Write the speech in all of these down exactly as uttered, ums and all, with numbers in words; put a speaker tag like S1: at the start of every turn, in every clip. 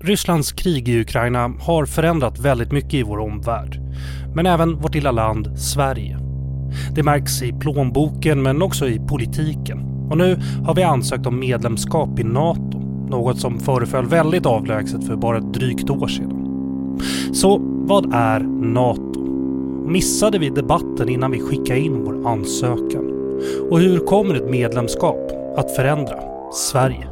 S1: Rysslands krig i Ukraina har förändrat väldigt mycket i vår omvärld. Men även vårt lilla land, Sverige. Det märks i plånboken men också i politiken. Och nu har vi ansökt om medlemskap i NATO. Något som föreföll väldigt avlägset för bara ett drygt år sedan. Så vad är NATO? Missade vi debatten innan vi skickade in vår ansökan? Och hur kommer ett medlemskap att förändra Sverige?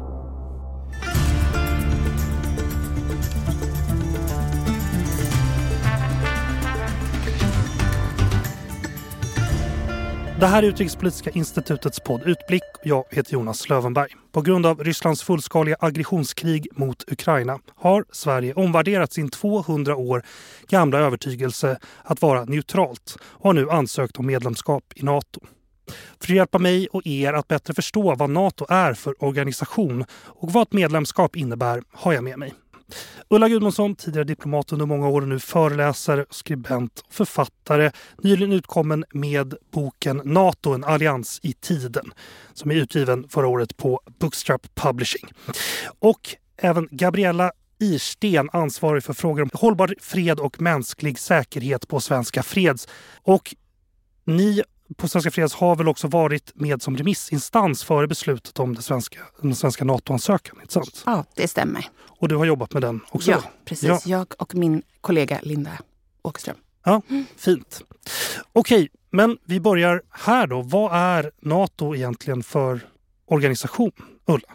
S1: Det här är Utrikespolitiska institutets podd Utblick och jag heter Jonas Lövenberg. På grund av Rysslands fullskaliga aggressionskrig mot Ukraina har Sverige omvärderat sin tvåhundra år gamla övertygelse att vara neutralt och har nu ansökt om medlemskap i NATO. För att hjälpa mig och er att bättre förstå vad NATO är för organisation och vad ett medlemskap innebär har jag med mig Ulla Gudmundsson, tidigare diplomat under många år och nu föreläsare, skribent och författare, nyligen utkommen med boken NATO, en allians i tiden, som är utgiven förra året på Bookstrap Publishing. Och även Gabriella Irsten, ansvarig för frågor om hållbar fred och mänsklig säkerhet på Svenska Freds. Och ni på Svenska Freds har väl också varit med som remissinstans före beslutet om det svenska, den svenska NATO-ansökan, inte sant?
S2: Ja, det stämmer.
S1: Och du har jobbat med den också?
S2: Ja, precis. Ja. Jag och min kollega Linda Åkerström.
S1: Ja, fint. Okej, men vi börjar här då. Vad är NATO egentligen för organisation, Ulla?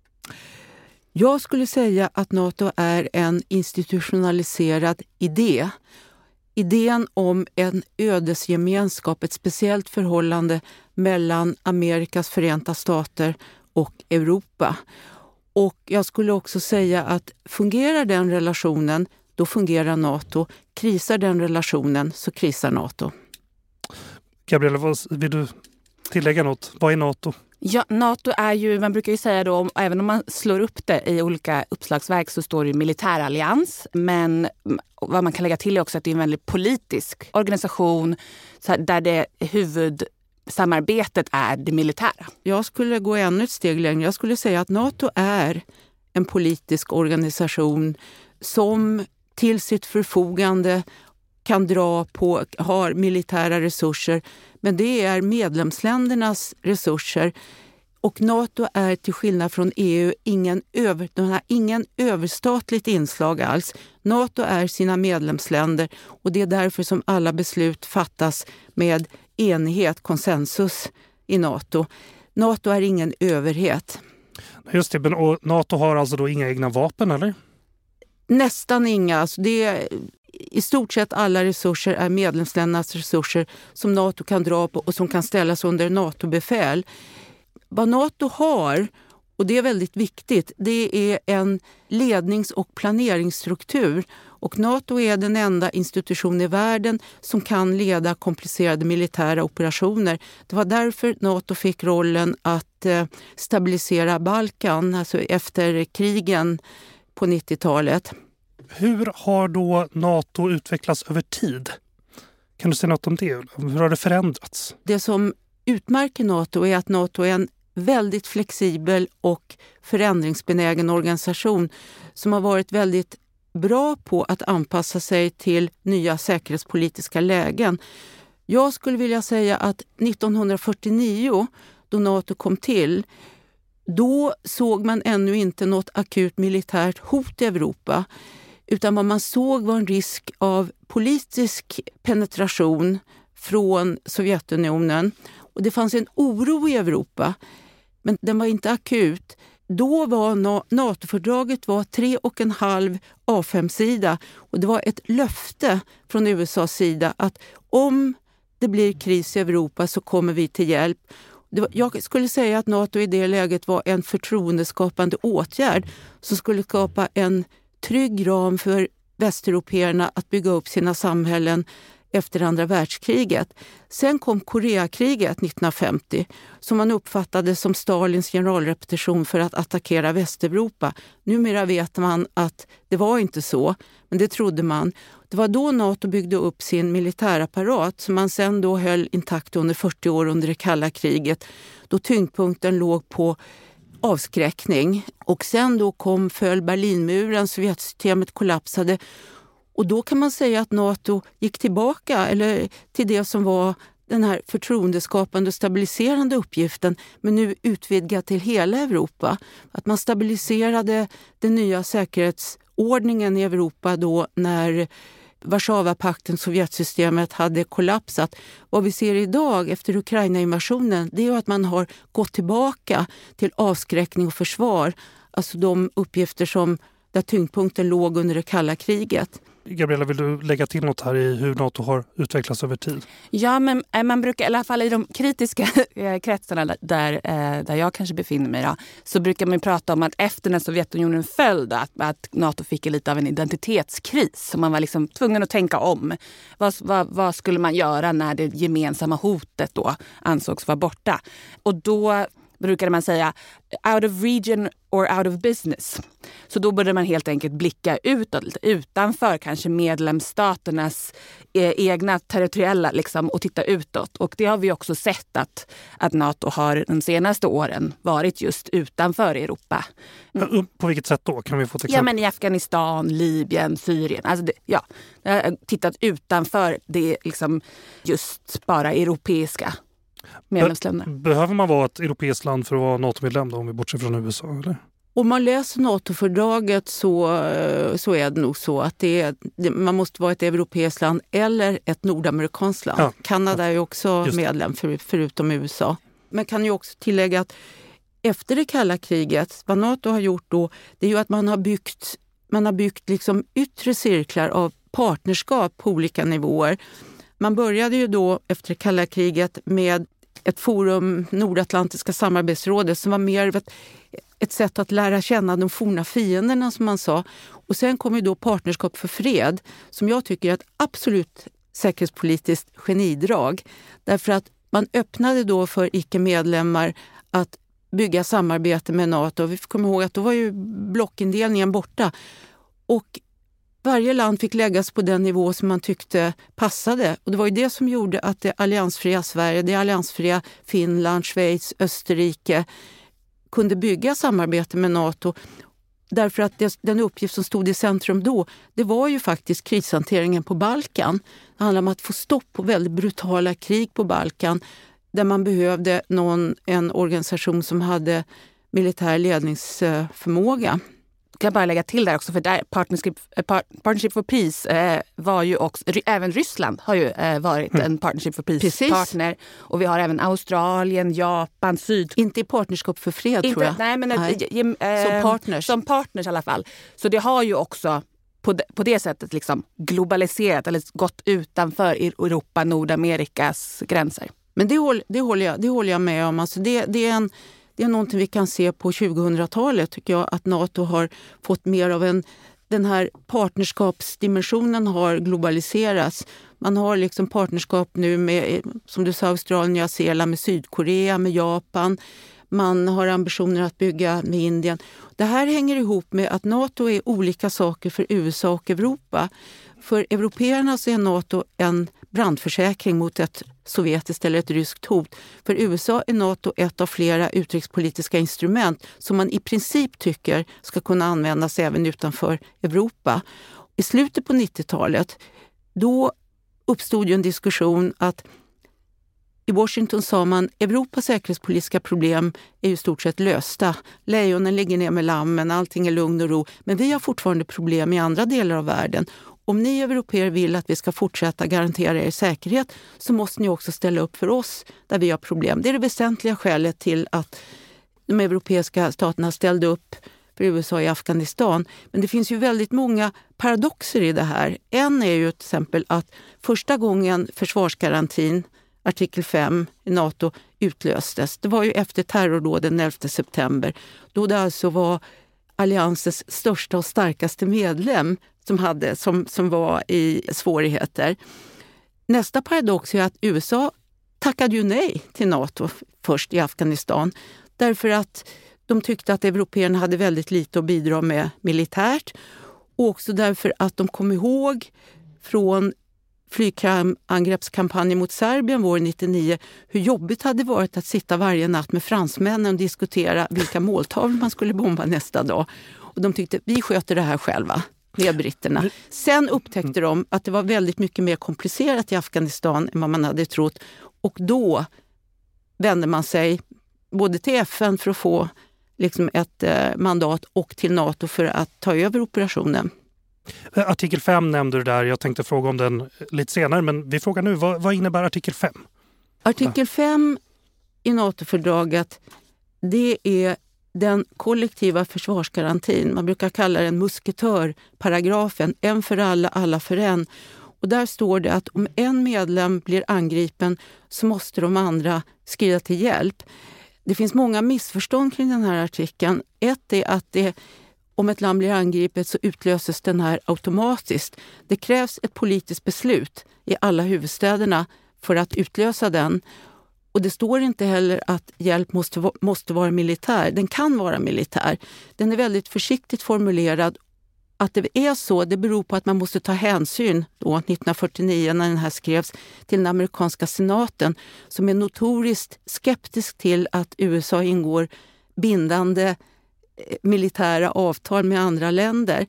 S3: Jag skulle säga att NATO är en institutionaliserad idé. Idén om en ödesgemenskap, ett speciellt förhållande mellan Amerikas förenta stater och Europa. Och jag skulle också säga att fungerar den relationen, då fungerar NATO. Krisar den relationen, så krisar NATO.
S1: Gabriella, vill du tillägga något? Vad är NATO?
S2: Ja, NATO är ju, man brukar ju säga då, om, även om man slår upp det i olika uppslagsverk så står det militärallians. Men vad man kan lägga till är också att det är en väldigt politisk organisation så här, där det huvudsamarbetet är det militära.
S3: Jag skulle gå ännu ett steg längre. Jag skulle säga att NATO är en politisk organisation som till sitt förfogande kan dra på, har militära resurser, men det är medlemsländernas resurser. Och NATO är till skillnad från E U ingen, över, de har ingen överstatligt inslag alls. NATO är sina medlemsländer och det är därför som alla beslut fattas med enighet, konsensus i NATO. NATO är ingen överhet.
S1: Just det, och NATO har alltså då inga egna vapen, eller?
S3: Nästan inga. Alltså det är, i stort sett alla resurser är medlemsländernas resurser som NATO kan dra på och som kan ställas under NATO-befäl. Vad NATO har, och det är väldigt viktigt, det är en lednings- och planeringsstruktur. Och NATO är den enda institution i världen som kan leda komplicerade militära operationer. Det var därför NATO fick rollen att eh, stabilisera Balkan, alltså efter krigen på nittiotalet.
S1: Hur har då NATO utvecklats över tid? Kan du säga något om det? Hur har det förändrats?
S3: Det som utmärker NATO är att NATO är en väldigt flexibel och förändringsbenägen organisation som har varit väldigt bra på att anpassa sig till nya säkerhetspolitiska lägen. Jag skulle vilja säga att nittonhundrafyrtionio, då NATO kom till, då såg man ännu inte något akut militärt hot i Europa. Utan vad man såg var en risk av politisk penetration från Sovjetunionen. Och det fanns en oro i Europa, men den var inte akut. Då var NATO-fördraget var tre och en halv A fem-sida och det var ett löfte från U S A:s sida att om det blir kris i Europa så kommer vi till hjälp. Det var, jag skulle säga att NATO i det läget var en förtroendeskapande åtgärd som skulle skapa en trygg ram för västeuropeerna att bygga upp sina samhällen efter andra världskriget. Sen kom Koreakriget nittonhundrafemtio som man uppfattade som Stalins generalrepetition för att attackera Västeuropa. Numera vet man att det var inte så, men det trodde man. Det var då NATO byggde upp sin militärapparat som man sen då höll intakt under fyrtio år under det kalla kriget. Då tyngdpunkten låg på avskräckning. Och sen då kom föll Berlinmuren, Sovjetsystemet kollapsade. Och då kan man säga att NATO gick tillbaka eller till det som var den här förtroendeskapande och stabiliserande uppgiften, men nu utvidgat till hela Europa. Att man stabiliserade den nya säkerhetsordningen i Europa då när Warszawapakten, Sovjetsystemet, hade kollapsat. Vad vi ser idag efter Ukraina-invasionen, det är att man har gått tillbaka till avskräckning och försvar. Alltså de uppgifter som där tyngdpunkten låg under det kalla kriget.
S1: Gabriella, vill du lägga till något här i hur NATO har utvecklats över tid?
S2: Ja, men man brukar i alla fall i de kritiska kretsarna där, där jag kanske befinner mig då, så brukar man prata om att efter när Sovjetunionen föll då, att, att NATO fick lite av en identitetskris. Så man var liksom tvungen att tänka om. Vad, vad, vad skulle man göra när det gemensamma hotet då ansågs vara borta? Och då brukade man säga out of region or out of business. Så då började man helt enkelt blicka utåt, utanför kanske medlemsstaternas eh, egna territoriella liksom, och titta utåt. Och det har vi också sett att, att NATO har de senaste åren varit just utanför Europa.
S1: Mm. På vilket sätt då? Kan vi få ett exempel?
S2: Ja, men i Afghanistan, Libyen, Syrien. Alltså det, ja, jag har tittat utanför det liksom just bara europeiska medlemsländerna.
S3: Behöver
S1: man vara ett europeiskt land för att vara NATO-medlem då, om vi bortser från U S A, eller?
S3: Om man läser NATO-fördraget så, så är det nog så att det är, man måste vara ett europeiskt land eller ett nordamerikanskt land. Ja. Kanada är ju också medlem för, förutom U S A. Men kan ju också tillägga att efter det kalla kriget, vad NATO har gjort då, det är ju att man har byggt, man har byggt liksom yttre cirklar av partnerskap på olika nivåer. Man började ju då efter det kalla kriget med ett forum, Nordatlantiska samarbetsrådet, som var mer ett, ett sätt att lära känna de forna fienderna, som man sa. Och sen kom ju då Partnerskap för fred, som jag tycker är ett absolut säkerhetspolitiskt genidrag. Därför att man öppnade då för icke-medlemmar att bygga samarbete med NATO. Vi får komma ihåg att då var ju blockindelningen borta. Och varje land fick läggas på den nivå som man tyckte passade. Och det var ju det som gjorde att det alliansfria Sverige, det alliansfria Finland, Schweiz, Österrike kunde bygga samarbete med NATO. Därför att det, den uppgift som stod i centrum då, det var ju faktiskt krishanteringen på Balkan. Det handlar om att få stopp på väldigt brutala krig på Balkan, där man behövde någon, en organisation som hade militär ledningsförmåga.
S2: Jag kan bara lägga till där också, för där Partnership, Partnership for Peace eh, var ju också, även Ryssland har ju eh, varit mm. en Partnership for Peace-partner. Och vi har även Australien, Japan, Syd...
S3: Inte i Partnerskap för fred,
S2: Inte,
S3: tror jag.
S2: Nej, men
S3: nej.
S2: Eh,
S3: som partners.
S2: Som partners i alla fall. Så det har ju också på det, på det sättet liksom globaliserat eller gått utanför Europa, Nordamerikas gränser.
S3: Men det, håll, det, håller, jag, det håller jag med om. Alltså det, det är en... Det är någonting vi kan se på tjugohundratalet, tycker jag, att NATO har fått mer av en... Den här partnerskapsdimensionen har globaliserats. Man har liksom partnerskap nu med, som du sa, Australien, Nya Zeeland, med Sydkorea, med Japan. Man har ambitioner att bygga med Indien. Det här hänger ihop med att NATO är olika saker för U S A och Europa. För européerna så är NATO en brandförsäkring mot ett sovjetiskt eller ett ryskt hot. För U S A är NATO ett av flera utrikespolitiska instrument som man i princip tycker ska kunna användas även utanför Europa. I slutet på nittiotalet då uppstod ju en diskussion att i Washington sa man Europas säkerhetspolitiska problem är ju stort sett lösta. Lejonen ligger ner med lammen, allting är lugn och ro. Men vi har fortfarande problem i andra delar av världen. Om ni européer vill att vi ska fortsätta garantera er säkerhet så måste ni också ställa upp för oss där vi har problem. Det är det väsentliga skälet till att de europeiska staterna ställde upp för U S A i Afghanistan. Men det finns ju väldigt många paradoxer i det här. En är ju till exempel att första gången försvarsgarantin, artikel fem i NATO, utlöstes. Det var ju efter terrordåden den elfte september. Då det alltså var alliansens största och starkaste medlem som, hade, som, som var i svårigheter. Nästa paradox är att U S A tackade ju nej till NATO först i Afghanistan. Därför att de tyckte att européerna hade väldigt lite att bidra med militärt. Och också därför att de kom ihåg från flygangreppskampanjen mot Serbien våren nittionio, hur jobbigt hade det varit att sitta varje natt med fransmännen och diskutera vilka måltavlor man skulle bomba nästa dag. Och de tyckte, vi sköter det här själva med britterna. Sen upptäckte de att det var väldigt mycket mer komplicerat i Afghanistan än vad man hade trott. Och då vände man sig både till F N för att få liksom ett eh, mandat och till NATO för att ta över operationen.
S1: Artikel fem nämnde du där. Jag tänkte fråga om den lite senare, men vi frågar nu, vad, vad innebär artikel fem?
S3: Artikel fem i NATO-fördraget, det är den kollektiva försvarsgarantin. Man brukar kalla den musketörparagrafen, en för alla, alla för en. Och där står det att om en medlem blir angripen så måste de andra skrida till hjälp. Det finns många missförstånd kring den här artikeln. Ett är att det, om ett land blir angripet så utlöses den här automatiskt. Det krävs ett politiskt beslut i alla huvudstäderna för att utlösa den. Och det står inte heller att hjälp måste, måste vara militär. Den kan vara militär. Den är väldigt försiktigt formulerad. Att det är så, det beror på att man måste ta hänsyn då nittonhundrafyrtionio när den här skrevs till den amerikanska senaten som är notoriskt skeptisk till att U S A ingår bindande militära avtal med andra länder.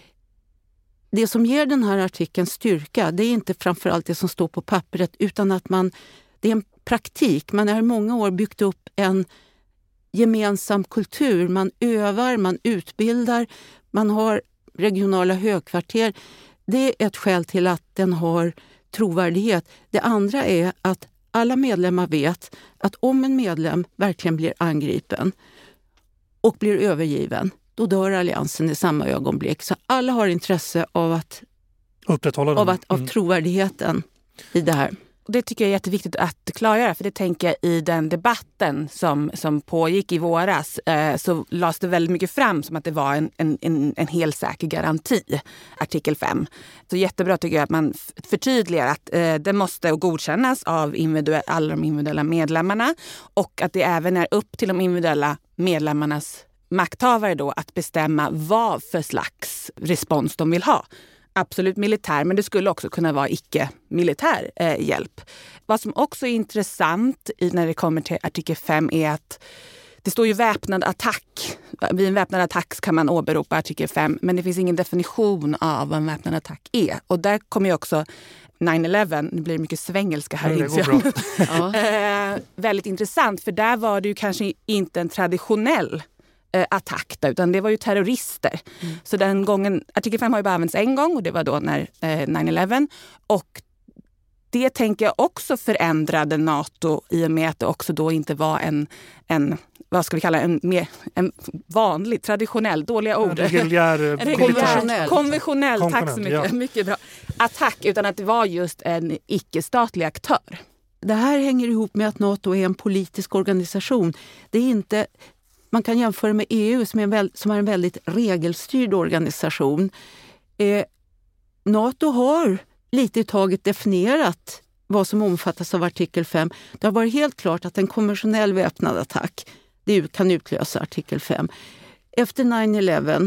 S3: Det som ger den här artikeln styrka, det är inte framförallt det som står på pappret utan att man, det är en praktik. Man har i många år byggt upp en gemensam kultur. Man övar, man utbildar, man har regionala högkvarter. Det är ett skäl till att den har trovärdighet. Det andra är att alla medlemmar vet att om en medlem verkligen blir angripen och blir övergiven, då dör alliansen i samma ögonblick. Så alla har intresse av att
S1: upprätthålla
S3: av, att, av trovärdigheten i det här.
S2: Det tycker jag är jätteviktigt att klargöra, för det tänker jag i den debatten som, som pågick i våras eh, så lades det väldigt mycket fram som att det var en, en, en, en helt säker garanti, artikel fem. Så jättebra tycker jag att man förtydligar att eh, det måste godkännas av individuell, alla de individuella medlemmarna och att det även är upp till de individuella medlemmarnas makthavare då att bestämma vad för slags respons de vill ha. Absolut militär, men det skulle också kunna vara icke-militär eh, hjälp. Vad som också är intressant i, när det kommer till artikel fem är att det står ju väpnad attack. Vid en väpnad attack kan man åberopa artikel fem, men det finns ingen definition av vad en väpnad attack är. Och där kommer ju också nine eleven, nu blir det mycket svengelska här.
S1: Ja, det går bra.
S2: ja. eh, väldigt intressant, för där var det ju kanske inte en traditionell attack, utan det var ju terrorister. Mm. Så den gången, artikel fem har ju bara använts en gång och det var då när eh, nine eleven, och det tänker jag också förändrade NATO i och med att det också då inte var en, en vad ska vi kalla en, mer, en vanlig, traditionell, dåliga ord.
S1: Reguljär,
S2: konventionell. konventionell, tack så mycket,
S1: ja.
S2: mycket bra. Attack, utan att det var just en icke-statlig aktör.
S3: Det här hänger ihop med att NATO är en politisk organisation. Det är inte... Man kan jämföra med E U som är en, väl, som är en väldigt regelstyrd organisation. Eh, NATO har lite i taget definierat vad som omfattas av artikel fem. Det har varit helt klart att en konventionell väpnad attack det kan utlösa artikel fem. Efter nine eleven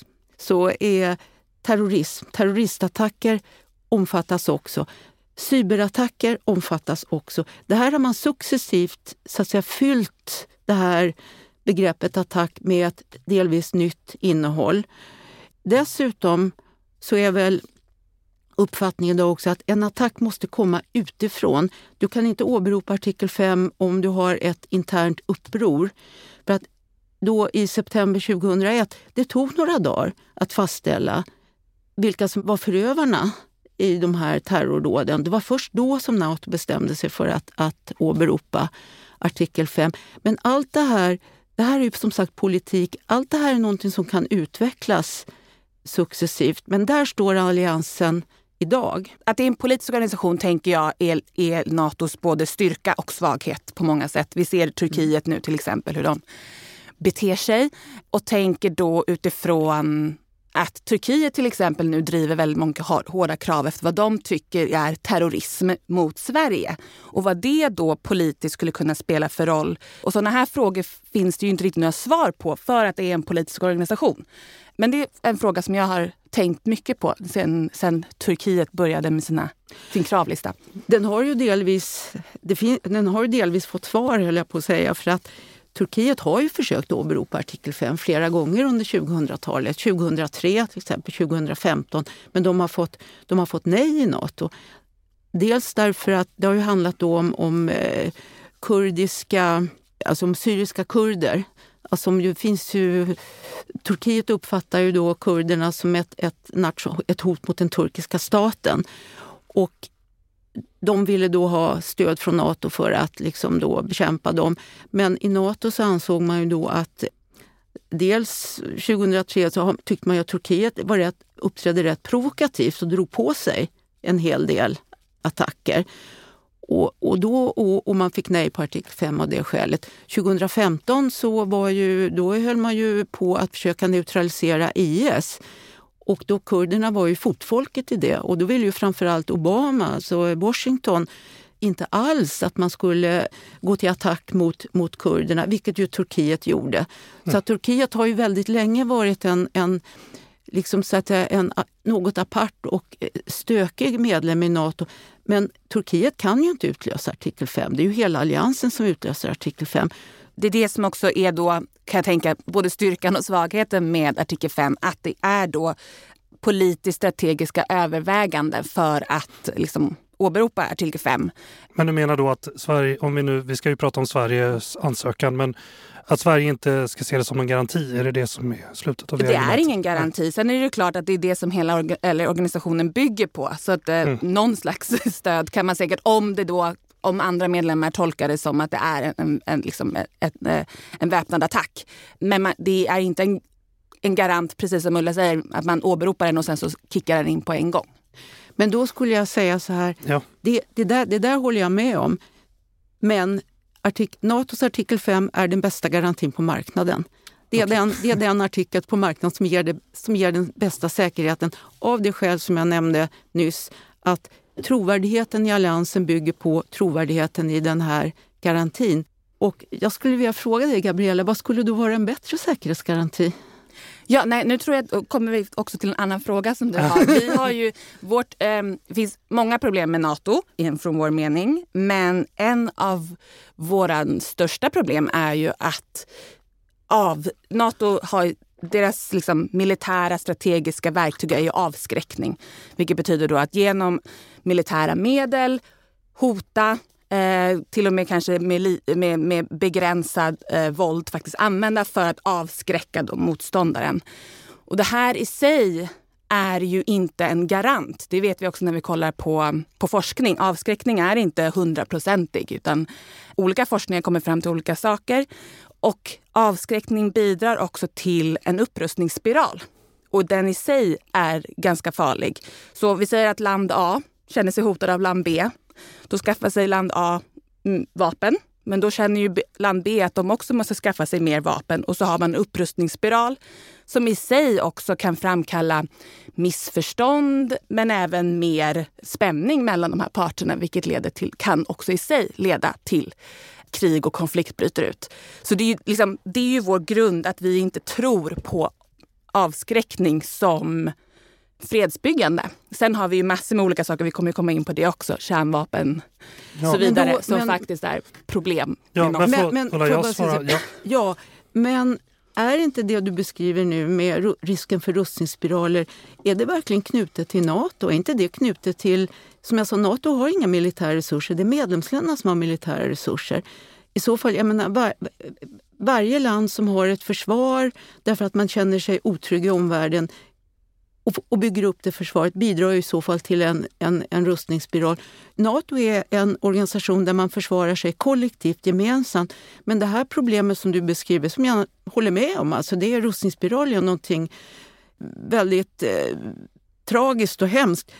S3: så är terrorism, terroristattacker omfattas också. Cyberattacker omfattas också. Det här har man successivt så att säga fyllt det här begreppet attack med ett delvis nytt innehåll. Dessutom så är väl uppfattningen då också att en attack måste komma utifrån. Du kan inte åberopa artikel fem om du har ett internt uppror. För att då i september tjugohundraett, det tog några dagar att fastställa vilka som var förövarna i de här terrordåden. Det var först då som NATO bestämde sig för att, att åberopa artikel fem. Men allt det här Det här är ju som sagt politik. Allt det här är någonting som kan utvecklas successivt. Men där står alliansen idag.
S2: Att det är en politisk organisation tänker jag är, är NATOs både styrka och svaghet på många sätt. Vi ser Turkiet nu till exempel hur de beter sig. Och tänker då utifrån att Turkiet till exempel nu driver väldigt många hårda krav efter vad de tycker är terrorism mot Sverige. Och vad det då politiskt skulle kunna spela för roll. Och sådana här frågor finns det ju inte riktigt några svar på för att det är en politisk organisation. Men det är en fråga som jag har tänkt mycket på sen, sen Turkiet började med sina, sin kravlista.
S3: Den har ju delvis, det fin, den har ju delvis fått svar, höll jag på att säga, för att Turkiet har ju försökt åberopa artikel fem flera gånger under tjugohundratalet. tjugohundratre till exempel, tjugohundrafemton. Men de har fått, de har fått nej i NATO. Dels därför att det har ju handlat då om, om eh, kurdiska, alltså om syriska kurder. Alltså ju, finns ju, Turkiet uppfattar ju då kurderna som ett, ett, ett hot mot den turkiska staten. Och de ville då ha stöd från NATO för att liksom då bekämpa dem. Men i NATO så ansåg man ju då att dels tjugohundratre så tyckte man ju att Turkiet var rätt, uppträdde rätt provokativt och drog på sig en hel del attacker. Och, och, då, och, och man fick nej på artikel fem av det skälet. tjugohundrafemton så var ju, då höll man ju på att försöka neutralisera I S. Och då kurderna var ju fotfolket i det. Och då ville ju framförallt Obama, alltså Washington, inte alls att man skulle gå till attack mot, mot kurderna, vilket ju Turkiet gjorde. Mm. Så att Turkiet har ju väldigt länge varit en, en, liksom så att en något apart och stökig medlem i NATO. Men Turkiet kan ju inte utlösa artikel fem. Det är ju hela alliansen som utlöser artikel fem.
S2: Det är det som också är då, kan jag tänka, både styrkan och svagheten med artikel fem. Att det är då politiskt strategiska överväganden för att liksom åberopa artikel fem.
S1: Men du menar då att Sverige, om vi nu, vi ska ju prata om Sveriges ansökan, men att Sverige inte ska se det som en garanti, är det det som är slutet av det?
S2: Det är ingen garanti. Sen är det klart att det är det som hela orga, eller organisationen bygger på. Så att eh, mm. någon slags stöd kan man säkert, om det då om andra medlemmar tolkar det som att det är en, en, liksom ett, en väpnad attack. Men man, det är inte en, en garant, precis som Ulla säger, att man åberopar den och sen så kickar den in på en gång.
S3: Men då skulle jag säga så här, ja. det, det, där, det där håller jag med om. Men artik, NATOs artikel fem är den bästa garantin på marknaden. Det är, okay. den, det är den artikel på marknaden som ger, det, som ger den bästa säkerheten. Av det skäl som jag nämnde nyss, att trovärdigheten i alliansen bygger på trovärdigheten i den här garantin. Och jag skulle vilja fråga dig, Gabriella, vad skulle då vara en bättre säkerhetsgaranti?
S2: Ja, nej, nu tror jag att kommer vi också till en annan fråga som du har. Vi har ju vårt, eh, det finns många problem med NATO från vår mening, men en av våra största problem är ju att av NATO har deras liksom militära strategiska verktyg är ju avskräckning, vilket betyder då att genom militära medel hota, eh, till och med kanske med, li, med, med begränsad eh, våld faktiskt använda för att avskräcka då motståndaren. Och det här i sig är ju inte en garant. Det vet vi också när vi kollar på, på forskning. Avskräckning är inte hundraprocentig, utan olika forskningar kommer fram till olika saker. Och avskräckning bidrar också till en upprustningsspiral. Och den i sig är ganska farlig. Så vi säger att land A känner sig hotad av land B. Då skaffar sig land A mm, vapen. Men då känner ju land B att de också måste skaffa sig mer vapen. Och så har man en upprustningsspiral som i sig också kan framkalla missförstånd. Men även mer spänning mellan de här parterna. Vilket leder till, kan också i sig leda till krig och konflikt bryter ut. Så det är ju, liksom, det är ju vår grund att vi inte tror på avskräckning som fredsbyggande. Sen har vi ju massor med olika saker, vi kommer komma in på det också, kärnvapen och ja. så vidare, då, som men, faktiskt är problem.
S1: Ja, men, för, men, men jag svara, ja.
S3: ja, men är inte det du beskriver nu med risken för rustningsspiraler, är det verkligen knutet till NATO? Är inte det knutet till, som jag sa, NATO har inga militära resurser, det är medlemsländerna som har militära resurser. I så fall, jag menar, var, varje land som har ett försvar därför att man känner sig otrygg i omvärlden och, och bygger upp det försvaret bidrar i så fall till en, en, en rustningsspiral. NATO är en organisation där man försvarar sig kollektivt, gemensamt. Men det här problemet som du beskriver, som jag håller med om, alltså det är rustningsspiral är någonting väldigt eh, tragiskt och hemskt.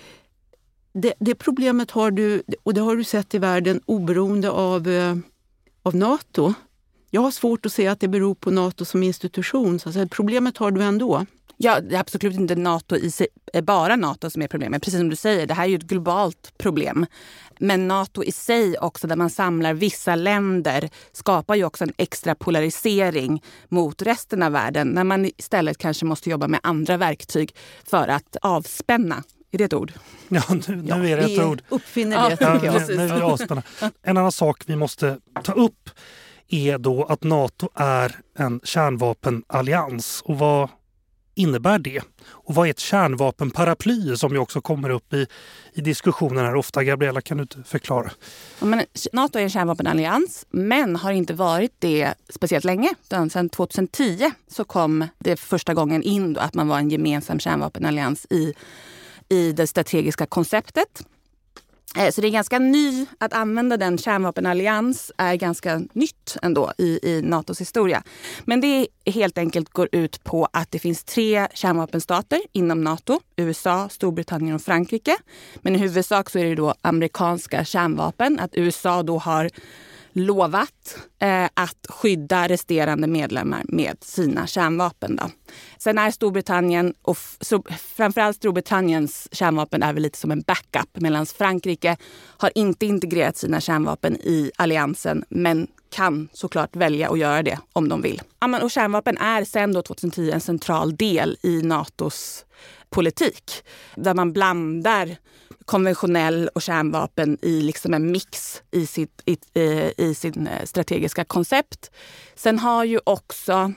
S3: Det, det problemet har du, och det har du sett i världen oberoende av, eh, av NATO. Jag har svårt att se att det beror på NATO som institution. Så alltså, problemet har du ändå.
S2: Ja, det är absolut inte NATO i sig, bara NATO som är problemet. Precis som du säger, det här är ju ett globalt problem. Men NATO i sig också, där man samlar vissa länder, skapar ju också en extra polarisering mot resten av världen. När man istället kanske måste jobba med andra verktyg för att avspänna. Är det ett ord?
S1: Ja, nu, nu ja, är det ett ord.
S3: Uppfinner det,
S1: ja,
S3: tycker jag.
S1: Nu, nu är det avspänna. En annan sak vi måste ta upp är då att NATO är en kärnvapenallians. Och vad innebär det? Och vad är ett kärnvapenparaply som ju också kommer upp i, i diskussionen här ofta? Gabriella, kan du inte förklara?
S2: Ja, men NATO är en kärnvapenallians, men har inte varit det speciellt länge. Sedan tjugohundratio så kom det första gången in då att man var en gemensam kärnvapenallians i, i det strategiska konceptet. Så det är ganska ny att använda den kärnvapenallians är ganska nytt ändå i, i NATOs historia. Men det helt enkelt går ut på att det finns tre kärnvapenstater inom NATO. U S A, Storbritannien och Frankrike. Men i huvudsak så är det då amerikanska kärnvapen. Att U S A då har lovat eh, att skydda resterande medlemmar med sina kärnvapen. Då. Sen är Storbritannien och f- så, framförallt Storbritanniens kärnvapen är väl lite som en backup, medan Frankrike har inte integrerat sina kärnvapen i alliansen men kan såklart välja att göra det om de vill. Ja, men, och kärnvapen är sedan då tjugohundratio en central del i NATOs politik där man blandar konventionell och kärnvapen i liksom en mix i sitt i, i, i sin strategiska koncept. Sen har ju också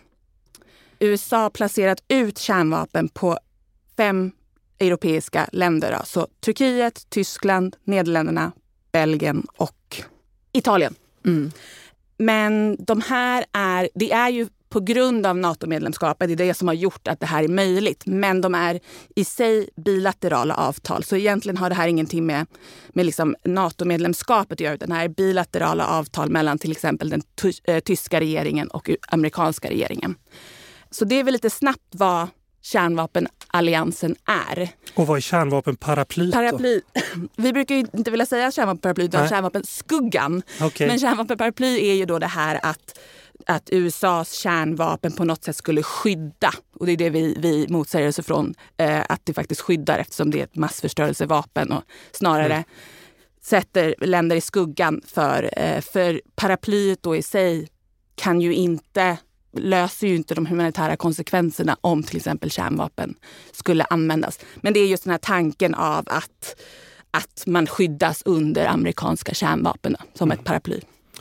S2: U S A placerat ut kärnvapen på fem europeiska länder. Alltså Turkiet, Tyskland, Nederländerna, Belgien och Italien.
S3: Mm.
S2: Men de här är, det är ju på grund av NATO-medlemskapet, det är det som har gjort att det här är möjligt. Men de är i sig bilaterala avtal. Så egentligen har det här ingenting med, med liksom NATO-medlemskapet att göra. Utan det här är bilaterala avtal mellan till exempel den ty- äh, tyska regeringen och amerikanska regeringen. Så det är väl lite snabbt vad kärnvapenalliansen är.
S1: Och vad är kärnvapenparaplyt då?
S2: Paraply. Vi brukar ju inte vilja säga kärnvapenparaply utan kärnvapenskuggan.
S1: Okay.
S2: Men kärnvapenparaply är ju då det här att att U S A:s kärnvapen på något sätt skulle skydda. Och det är det vi, vi motsäger oss ifrån. Eh, att det faktiskt skyddar eftersom det är ett massförstörelsevapen och snarare mm. sätter länder i skuggan för, eh, för paraplyet då i sig kan ju inte, löser ju inte de humanitära konsekvenserna om till exempel kärnvapen skulle användas. Men det är just den här tanken av att, att man skyddas under amerikanska kärnvapen som mm. ett paraply.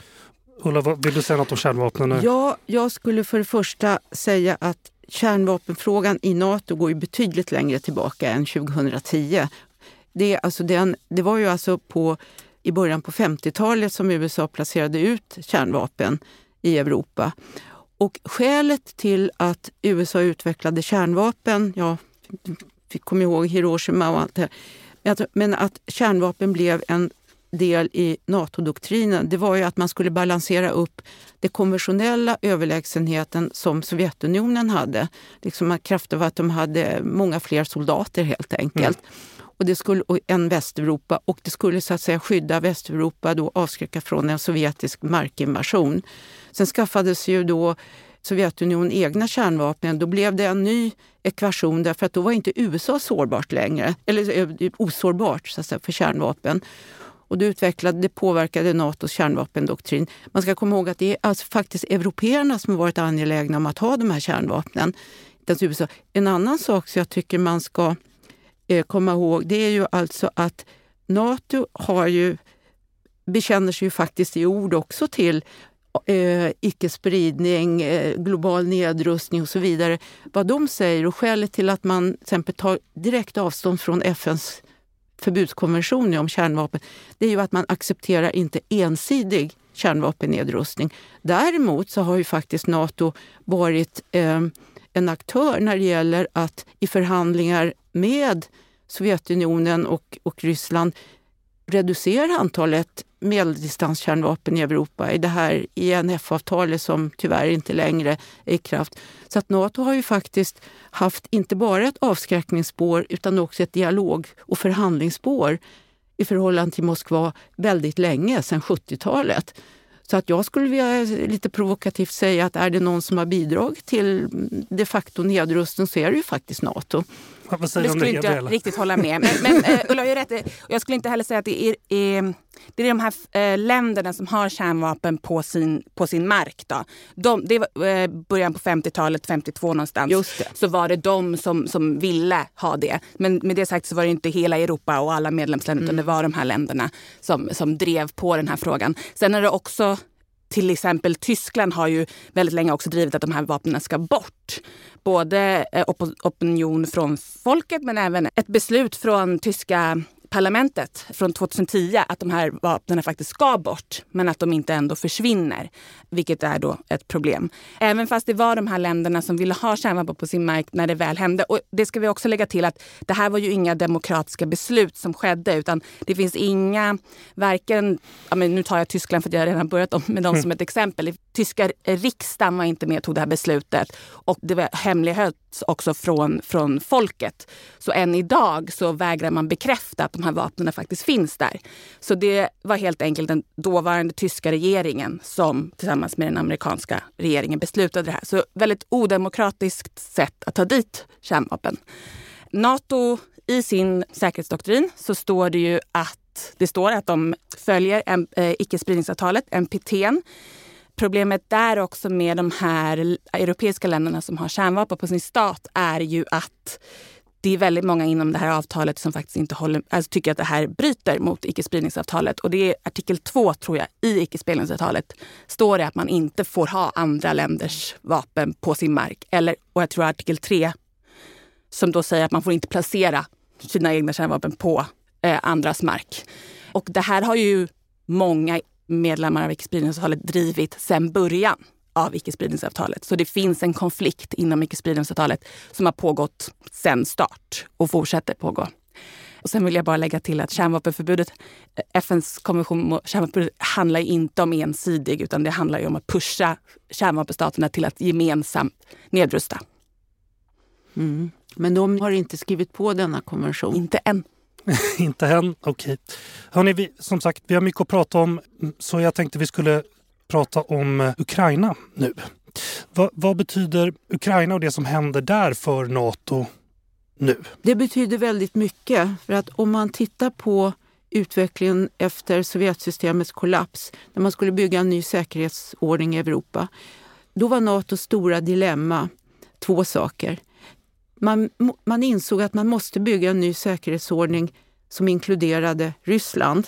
S1: Ulla, vill du säga något om kärnvapnen nu?
S3: Ja, jag skulle för det första säga att kärnvapenfrågan i NATO går ju betydligt längre tillbaka än tjugohundratio. Det, är alltså den, det var ju alltså på, i början på femtiotalet som U S A placerade ut kärnvapen i Europa. Och skälet till att U S A utvecklade kärnvapen, ja, vi kommer ihåg Hiroshima och allt det här, men att kärnvapen blev en del i NATO-doktrinen, det var ju att man skulle balansera upp det konventionella överlägsenheten som Sovjetunionen hade. Liksom kraft av att de hade många fler soldater helt enkelt. Mm. Och det skulle, än Västeuropa. Och det skulle så att säga skydda Västeuropa, då avskräcka från en sovjetisk markinvasion. Sen skaffades ju då Sovjetunionen egna kärnvapen. Då blev det en ny ekvation därför att då var inte U S A sårbart längre. Eller osårbart så att säga, för kärnvapen. Och det utvecklade, det påverkade NATOs kärnvapendoktrin. Man ska komma ihåg att det är alltså faktiskt européerna som har varit angelägna om att ha de här kärnvapnen. En annan sak som jag tycker man ska eh, komma ihåg, det är ju alltså att NATO har ju, bekänner sig ju faktiskt i ord också till eh, icke-spridning, eh, global nedrustning och så vidare. Vad de säger och skälet till att man till exempel tar direkt avstånd från F N:s förbudskonvention om kärnvapen, det är ju att man accepterar inte ensidig kärnvapennedrustning. Däremot så har ju faktiskt NATO varit eh, en aktör när det gäller att i förhandlingar med Sovjetunionen och, och Ryssland reducera antalet medeldistanskärnvapen i Europa i det här I N F-avtalet som tyvärr inte längre är i kraft. Så att NATO har ju faktiskt haft inte bara ett avskräckningsspår utan också ett dialog- och förhandlingsspår i förhållande till Moskva väldigt länge, sedan sjuttiotalet. Så att jag skulle vilja lite provokativt säga att är det någon som har bidragit till de facto nedrustning så är det ju faktiskt NATO.
S1: Vad säger
S2: det
S1: om
S2: skulle
S1: det,
S2: inte
S1: Gabriella?
S2: jag riktigt hålla med. Men, men uh, Ulla har ju rätt. Jag skulle inte heller säga att det är, är, det är de här uh, länderna som har kärnvapen på sin, på sin mark. Då. De, det var uh, början på femtiotalet, femtiotvå någonstans.
S3: Just det.
S2: Så var det de som, som ville ha det. Men med det sagt så var det inte hela Europa och alla medlemsländer, mm. utan det var de här länderna som, som drev på den här frågan. Sen är det också, till exempel Tyskland har ju väldigt länge också drivit att de här vapnen ska bort. Både op- opinion från folket men även ett beslut från tyska parlamentet från tjugohundratio att de här vapnen faktiskt ska bort men att de inte ändå försvinner, vilket är då ett problem. Även fast det var de här länderna som ville ha kärnvapen på sin mark när det väl hände. Och det ska vi också lägga till att det här var ju inga demokratiska beslut som skedde utan det finns inga, varken, ja men nu tar jag Tyskland för att jag redan börjat om med dem mm. som ett exempel. Tyska riksdagen var inte med och tog det här beslutet och det var hemlighölls också från, från folket. Så än idag så vägrar man bekräfta att de här vapnen faktiskt finns där. Så det var helt enkelt den dåvarande tyska regeringen som tillsammans med den amerikanska regeringen beslutade det här. Så väldigt odemokratiskt sätt att ta dit kärnvapen. NATO i sin säkerhetsdoktrin så står det ju att det står att de följer eh, icke-spridningsavtalet, N P T. Problemet där också med de här europeiska länderna som har kärnvapen på sin stat är ju att det är väldigt många inom det här avtalet som faktiskt inte håller, alltså tycker att det här bryter mot icke-spridningsavtalet. Och det är artikel två tror jag i icke-spridningsavtalet står det att man inte får ha andra länders vapen på sin mark. Eller, och jag tror artikel tre som då säger att man får inte placera sina egna kärnvapen på eh, andras mark. Och det här har ju många medlemmar av icke-spridningsavtalet drivit sedan början av icke-spridningsavtalet. Så det finns en konflikt inom icke-spridningsavtalet som har pågått sedan start och fortsätter pågå. Och sen vill jag bara lägga till att kärnvapenförbudet, F N:s konvention mot kärnvapenförbudet handlar ju inte om ensidig utan det handlar ju om att pusha kärnvapenstaterna till att gemensamt nedrusta.
S3: Mm. Men de har inte skrivit på denna konvention?
S2: Inte än.
S1: Inte än, okej. Hörrni, vi, som sagt, vi har mycket att prata om så jag tänkte vi skulle prata om Ukraina nu. Va, vad betyder Ukraina och det som händer där för NATO nu? Det
S3: betyder väldigt mycket för att om man tittar på utvecklingen efter Sovjetsystemets kollaps när man skulle bygga en ny säkerhetsordning i Europa, då var NATOs stora dilemma två saker. Man, man insåg att man måste bygga en ny säkerhetsordning som inkluderade Ryssland.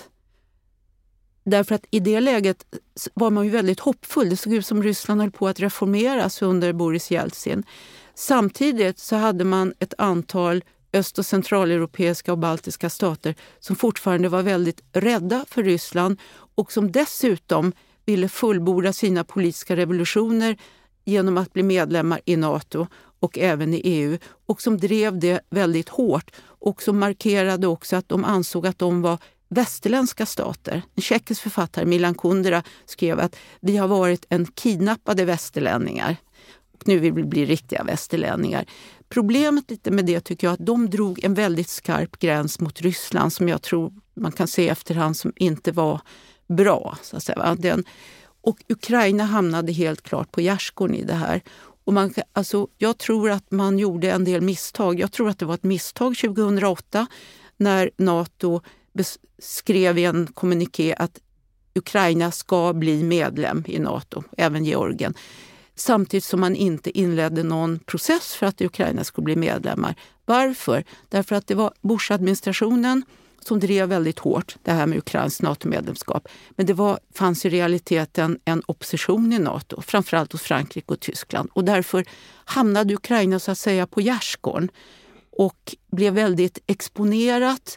S3: Därför att i det läget var man ju väldigt hoppfull. Det såg ut som Ryssland höll på att reformeras under Boris Jeltsin. Samtidigt så hade man ett antal öst- och centraleuropeiska och baltiska stater som fortfarande var väldigt rädda för Ryssland och som dessutom ville fullborda sina politiska revolutioner genom att bli medlemmar i NATO och även i E U och som drev det väldigt hårt och som markerade också att de ansåg att de var västerländska stater. En tjeckisk författare, Milan Kundera, skrev att vi har varit en kidnappade västerlänningar och nu vill vi bli riktiga västerlänningar. Problemet lite med det tycker jag att de drog en väldigt skarp gräns mot Ryssland som jag tror man kan se efterhand som inte var bra. Så att säga. Den, och Ukraina hamnade helt klart på gärdsgården i det här. Och man, alltså, jag tror att man gjorde en del misstag. Jag tror att det var ett misstag tjugohundraåtta när NATO skrev i en kommuniké att Ukraina ska bli medlem i NATO, även Georgien. Samtidigt som man inte inledde någon process för att Ukraina skulle bli medlemmar. Varför? Därför att det var Bush-administrationen som drev väldigt hårt det här med Ukrains NATO-medlemskap. Men det var, fanns i realiteten en opposition i NATO, framförallt hos Frankrike och Tyskland. Och därför hamnade Ukraina så att säga på gärdsgården och blev väldigt exponerat.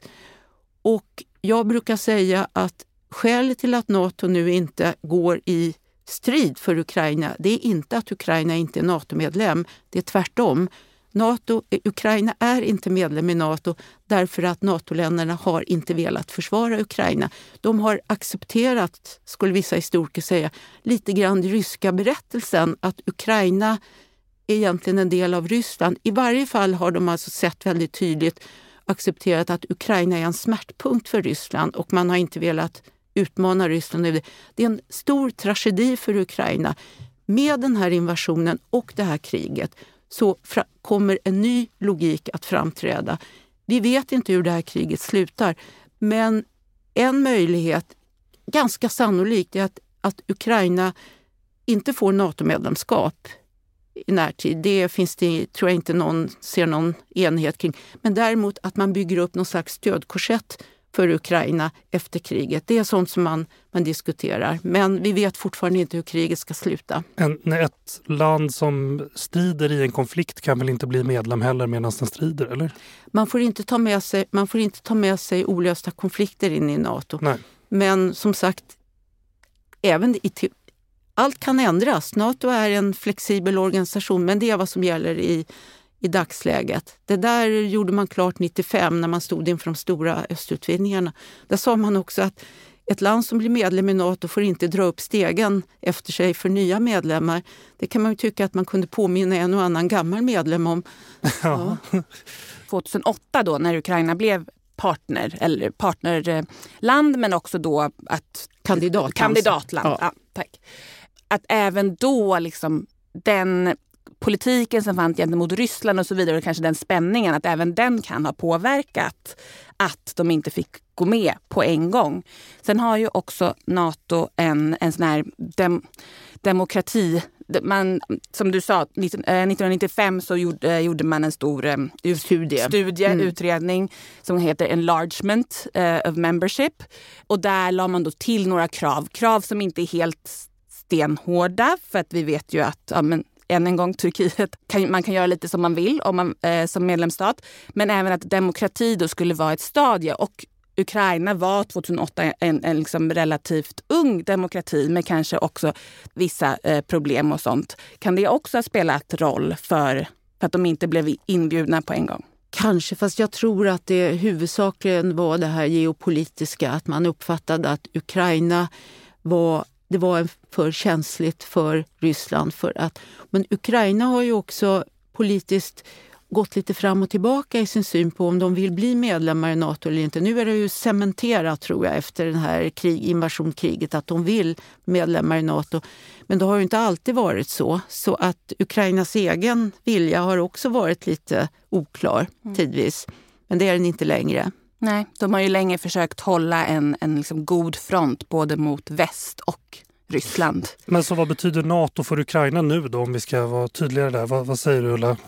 S3: Och jag brukar säga att skälet till att NATO nu inte går i strid för Ukraina, det är inte att Ukraina inte är NATO-medlem, det är tvärtom. NATO, Ukraina är inte medlem i NATO därför att NATO-länderna har inte velat försvara Ukraina. De har accepterat, skulle vissa historiker säga, lite grann den ryska berättelsen att Ukraina är egentligen en del av Ryssland. I varje fall har de alltså sett väldigt tydligt accepterat att Ukraina är en smärtpunkt för Ryssland och man har inte velat utmana Ryssland. Det är en stor tragedi för Ukraina. Med den här invasionen och det här kriget så fra- kommer en ny logik att framträda. Vi vet inte hur det här kriget slutar, men en möjlighet, ganska sannolikt, är att, att Ukraina inte får NATO-medlemskap i närtid. Det finns det, tror jag inte någon ser någon enhet kring. Men däremot att man bygger upp någon slags stödkorsett för Ukraina efter kriget. Det är sånt som man, man diskuterar. Men vi vet fortfarande inte hur kriget ska sluta.
S1: En, ett land som strider i en konflikt kan väl inte bli medlem heller medan den strider, eller?
S3: Man får inte ta med sig, man får inte ta med sig olösta konflikter in i NATO.
S1: Nej.
S3: Men som sagt, även i, allt kan ändras. NATO är en flexibel organisation, men det är vad som gäller i i dagsläget. Det där gjorde man klart nittiofem när man stod inför de stora östutvidgningarna. Där sa man också att ett land som blir medlem i NATO får inte dra upp stegen efter sig för nya medlemmar. Det kan man ju tycka att man kunde påminna en och annan gammal medlem om.
S1: Ja.
S3: Ja.
S2: tjugohundraåtta då när Ukraina blev partner eller partnerland, men också då att
S3: Kandidatland.
S2: kandidatland.
S3: Ja.
S2: Ja, tack. Att även då liksom den politiken som fanns gentemot Ryssland och så vidare, och kanske den spänningen, att även den kan ha påverkat att de inte fick gå med på en gång. Sen har ju också NATO en, en sån här dem, demokrati. Man, som du sa, nittonhundranittiofem så gjorde, gjorde man en stor eh, studie, studie mm. utredning som heter Enlargement eh, of Membership. Och där la man då till några krav. Krav som inte är helt stenhårda, för att vi vet ju att ja, men, än en gång, Turkiet, kan, man kan göra lite som man vill om man, eh, som medlemsstat. Men även att demokrati då skulle vara ett stadie. Och Ukraina var tjugohundraåtta en, en liksom relativt ung demokrati med kanske också vissa eh, problem och sånt. Kan det också ha spelat roll för, för att de inte blev inbjudna på en gång?
S3: Kanske, fast jag tror att det huvudsakligen var det här geopolitiska. Att man uppfattade att Ukraina var... Det var för känsligt för Ryssland. För att, men Ukraina har ju också politiskt gått lite fram och tillbaka i sin syn på om de vill bli medlemmar i NATO eller inte. Nu är det ju cementerat, tror jag, efter den här krig, invasionskriget att de vill medlemmar i NATO. Men det har ju inte alltid varit så. Så att Ukrainas egen vilja har också varit lite oklar tidvis. Men det är den inte längre.
S2: Nej, de har ju länge försökt hålla en, en liksom god front både mot väst och Ryssland.
S1: Men så vad betyder NATO för Ukraina nu då, om vi ska vara tydligare där? Vad, vad säger du, Ulla?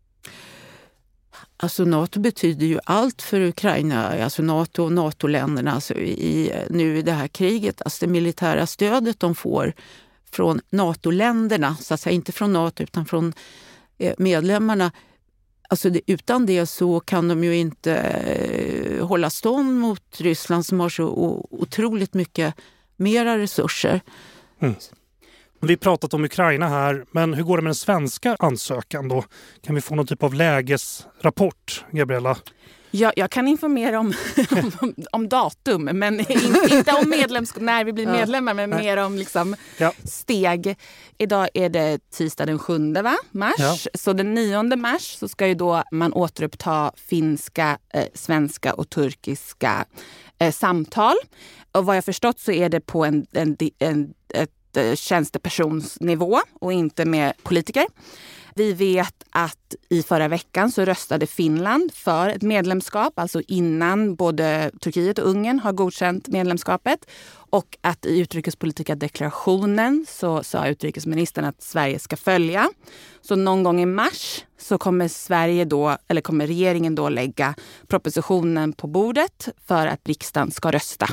S3: Alltså NATO betyder ju allt för Ukraina, alltså NATO och NATO-länderna alltså i, nu i det här kriget. Alltså det militära stödet de får från NATO-länderna, så att säga inte från NATO utan från eh, medlemmarna. Alltså det, utan det så kan de ju inte eh, hålla stånd mot Ryssland som har så o, otroligt mycket mera resurser.
S1: Mm. Vi har pratat om Ukraina här, men hur går det med den svenska ansökan då? Kan vi få någon typ av lägesrapport, Gabriella?
S2: Ja, jag kan informera om, om, om datum, men inte, inte om medlems, när vi blir medlemmar, men mer om liksom
S1: ja.
S2: steg. Idag är det tisdag den sjunde va? mars,
S1: ja.
S2: Så den nionde mars så ska ju då man återuppta finska, eh, svenska och turkiska eh, samtal. Och vad jag förstått så är det på en, en, en ett, eh, tjänstepersonsnivå och inte med politiker. Vi vet att i förra veckan så röstade Finland för ett medlemskap, alltså innan både Turkiet och Ungern har godkänt medlemskapet. Och att i utrikespolitiska deklarationen så sa utrikesministern att Sverige ska följa. Så någon gång i mars så kommer Sverige då, eller kommer regeringen då lägga propositionen på bordet för att riksdagen ska rösta.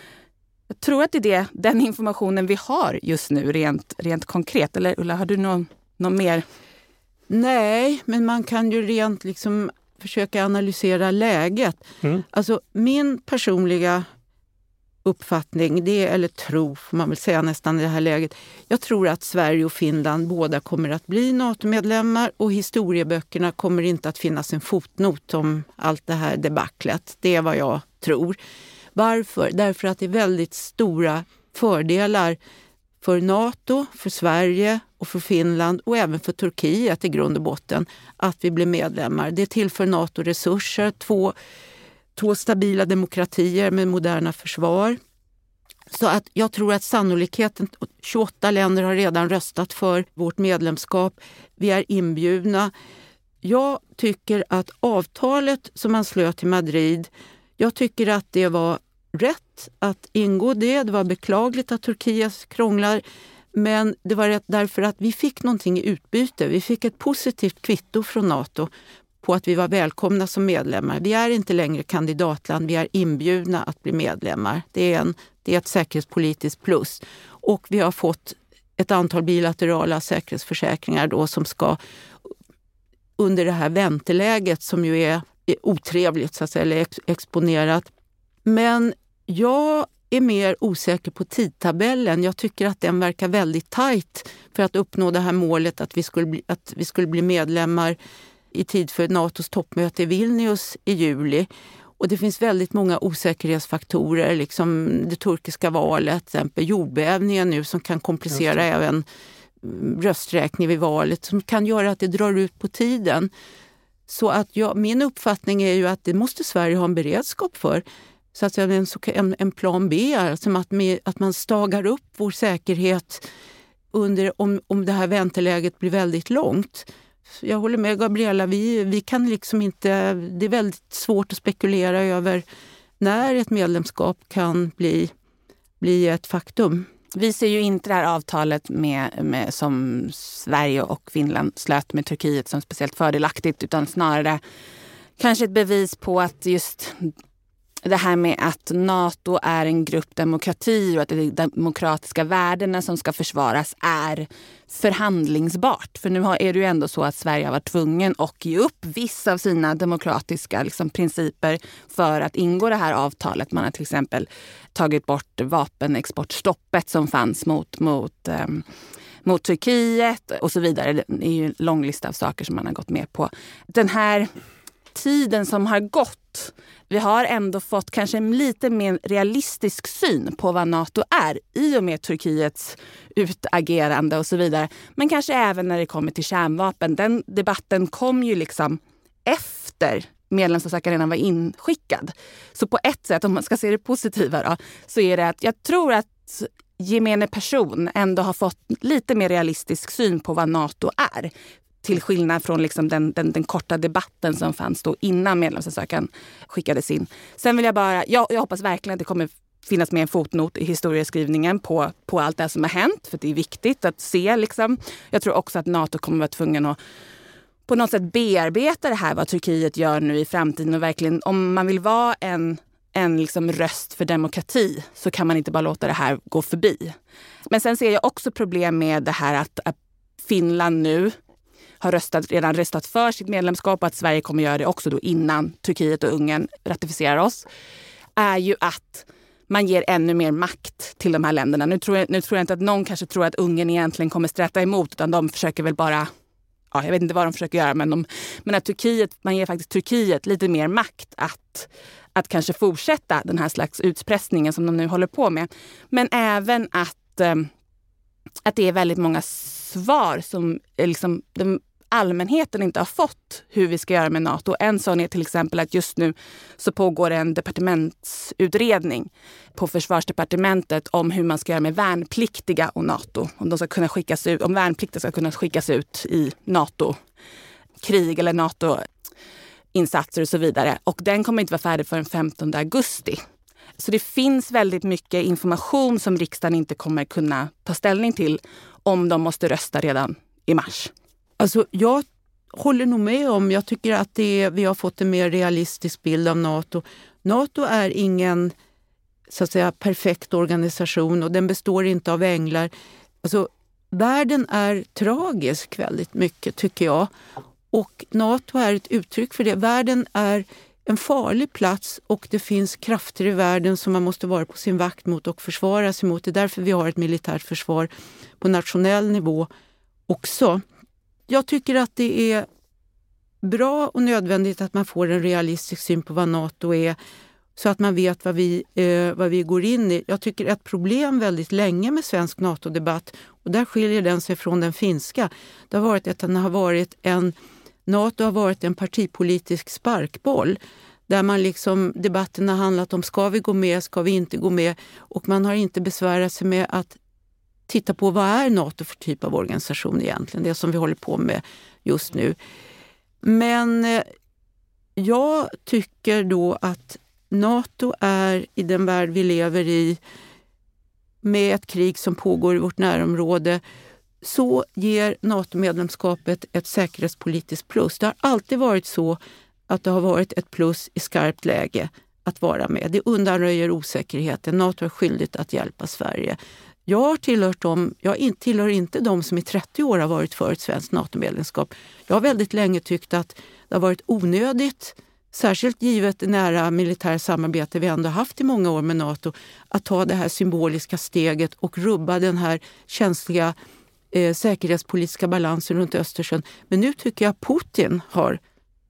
S2: Jag tror att det är det, den informationen vi har just nu rent, rent konkret. Eller Ulla, har du någon, någon mer?
S3: Nej, men man kan ju rent liksom försöka analysera läget. Mm. Alltså min personliga uppfattning, det är, eller tro får man väl säga nästan i det här läget. Jag tror att Sverige och Finland båda kommer att bli NATO-medlemmar och historieböckerna kommer inte att finnas en fotnot om allt det här debaclet. Det är vad jag tror. Varför? Därför att det är väldigt stora fördelar för NATO, för Sverige och för Finland och även för Turkiet i grund och botten att vi blir medlemmar. Det tillför NATO resurser, två, två stabila demokratier med moderna försvar. Så att jag tror att sannolikheten, tjugoåtta länder har redan röstat för vårt medlemskap. Vi är inbjudna. Jag tycker att avtalet som man slöt i Madrid, jag tycker att det var rätt att ingå det. Det var beklagligt att Turkiet krånglar, men det var rätt därför att vi fick någonting i utbyte. Vi fick ett positivt kvitto från NATO på att vi var välkomna som medlemmar. Vi är inte längre kandidatland, vi är inbjudna att bli medlemmar. Det är, en, det är ett säkerhetspolitiskt plus. Och vi har fått ett antal bilaterala säkerhetsförsäkringar då som ska under det här vänteläget som ju är, är otrevligt så att säga, eller ex, exponerat. Men jag är mer osäker på tidtabellen. Jag tycker att den verkar väldigt tajt för att uppnå det här målet att vi skulle bli, att vi skulle bli medlemmar i tid för NATOs toppmöte i Vilnius i juli. Och det finns väldigt många osäkerhetsfaktorer, liksom det turkiska valet, till exempel jordbävningen nu som kan komplicera även rösträkning vid valet, som kan göra att det drar ut på tiden. Så att jag, min uppfattning är ju att det måste Sverige ha en beredskap för. Så att en, en, en plan B, alltså att, med, att man stagar upp vår säkerhet under, om, om det här vänteläget blir väldigt långt. Jag håller med Gabriella, vi, vi kan liksom inte, det är väldigt svårt att spekulera över när ett medlemskap kan bli, bli ett faktum.
S2: Vi ser ju inte det här avtalet med, med, som Sverige och Finland slöt med Turkiet som speciellt fördelaktigt, utan snarare kanske ett bevis på att just det här med att NATO är en grupp demokrati och att det är de demokratiska värdena som ska försvaras är förhandlingsbart. För nu är det ju ändå så att Sverige har varit tvungen att ge upp vissa av sina demokratiska liksom, principer för att ingå det här avtalet. Man har till exempel tagit bort vapenexportstoppet som fanns mot, mot, um, mot Turkiet och så vidare. Det är ju en lång lista av saker som man har gått med på. Den här tiden som har gått, vi har ändå fått kanske en lite mer realistisk syn på vad NATO är i och med Turkiets utagerande och så vidare. Men kanske även när det kommer till kärnvapen. Den debatten kom ju liksom efter medlemsansökan redan var inskickad. Så på ett sätt, om man ska se det positiva då, så är det att jag tror att gemene person ändå har fått lite mer realistisk syn på vad NATO är. Till skillnad från liksom den, den, den korta debatten som fanns då innan medlemsansökan skickades in. Sen vill jag bara, jag, jag hoppas verkligen att det kommer finnas med en fotnot i historieskrivningen på, på allt det som har hänt. För det är viktigt att se liksom. Jag tror också att NATO kommer vara tvungen att på något sätt bearbeta det här vad Turkiet gör nu i framtiden. Och verkligen, om man vill vara en, en liksom röst för demokrati så kan man inte bara låta det här gå förbi. Men sen ser jag också problem med det här att, att Finland nu har röstat, redan röstat för sitt medlemskap och att Sverige kommer göra det också då innan Turkiet och Ungern ratificerar oss, är ju att man ger ännu mer makt till de här länderna. Nu tror jag, nu tror jag inte att någon kanske tror att Ungern egentligen kommer sträta emot, utan de försöker väl bara, ja, jag vet inte vad de försöker göra, men, de, men att Turkiet, man ger faktiskt Turkiet lite mer makt att, att kanske fortsätta den här slags utspressningen som de nu håller på med. Men även att, att det är väldigt många svar som är liksom de allmänheten inte har fått hur vi ska göra med NATO. En sån är till exempel att just nu så pågår en departementsutredning på försvarsdepartementet om hur man ska göra med värnpliktiga och NATO. Om de ska kunna skickas ut, om värnpliktiga ska kunna skickas ut i NATO-krig eller NATO-insatser och så vidare. Och den kommer inte vara färdig förrän femtonde augusti. Så det finns väldigt mycket information som riksdagen inte kommer kunna ta ställning till om de måste rösta redan i mars.
S3: Alltså jag håller nog med om, jag tycker att det är, vi har fått en mer realistisk bild av NATO. NATO är ingen så att säga perfekt organisation och den består inte av änglar. Alltså världen är tragisk väldigt mycket tycker jag, och NATO är ett uttryck för det. Världen är en farlig plats och det finns krafter i världen som man måste vara på sin vakt mot och försvara sig mot. Det är därför vi har ett militärt försvar på nationell nivå också. Jag tycker att det är bra och nödvändigt att man får en realistisk syn på vad NATO är så att man vet vad vi, eh, vad vi går in i. Jag tycker ett problem väldigt länge med svensk NATO-debatt, och där skiljer den sig från den finska, det har varit att den har varit en, NATO har varit en partipolitisk sparkboll där man liksom, debatten har handlat om ska vi gå med, ska vi inte gå med, och man har inte besvärat sig med att titta på vad är NATO för typ av organisation egentligen, det som vi håller på med just nu. Men eh, jag tycker då att NATO är i den värld vi lever i, med ett krig som pågår i vårt närområde, så ger NATO-medlemskapet ett säkerhetspolitiskt plus. Det har alltid varit så att det har varit ett plus i skarpt läge att vara med. Det undanröjer osäkerheten. NATO är skyldigt att hjälpa Sverige. Jag har tillhört dem, jag tillhör inte de som i trettio år har varit för ett svenskt NATO-medlemskap. Jag har väldigt länge tyckt att det har varit onödigt, särskilt givet det nära militära samarbete vi ändå haft i många år med NATO, att ta det här symboliska steget och rubba den här känsliga eh, säkerhetspolitiska balansen runt Östersjön. Men nu tycker jag Putin har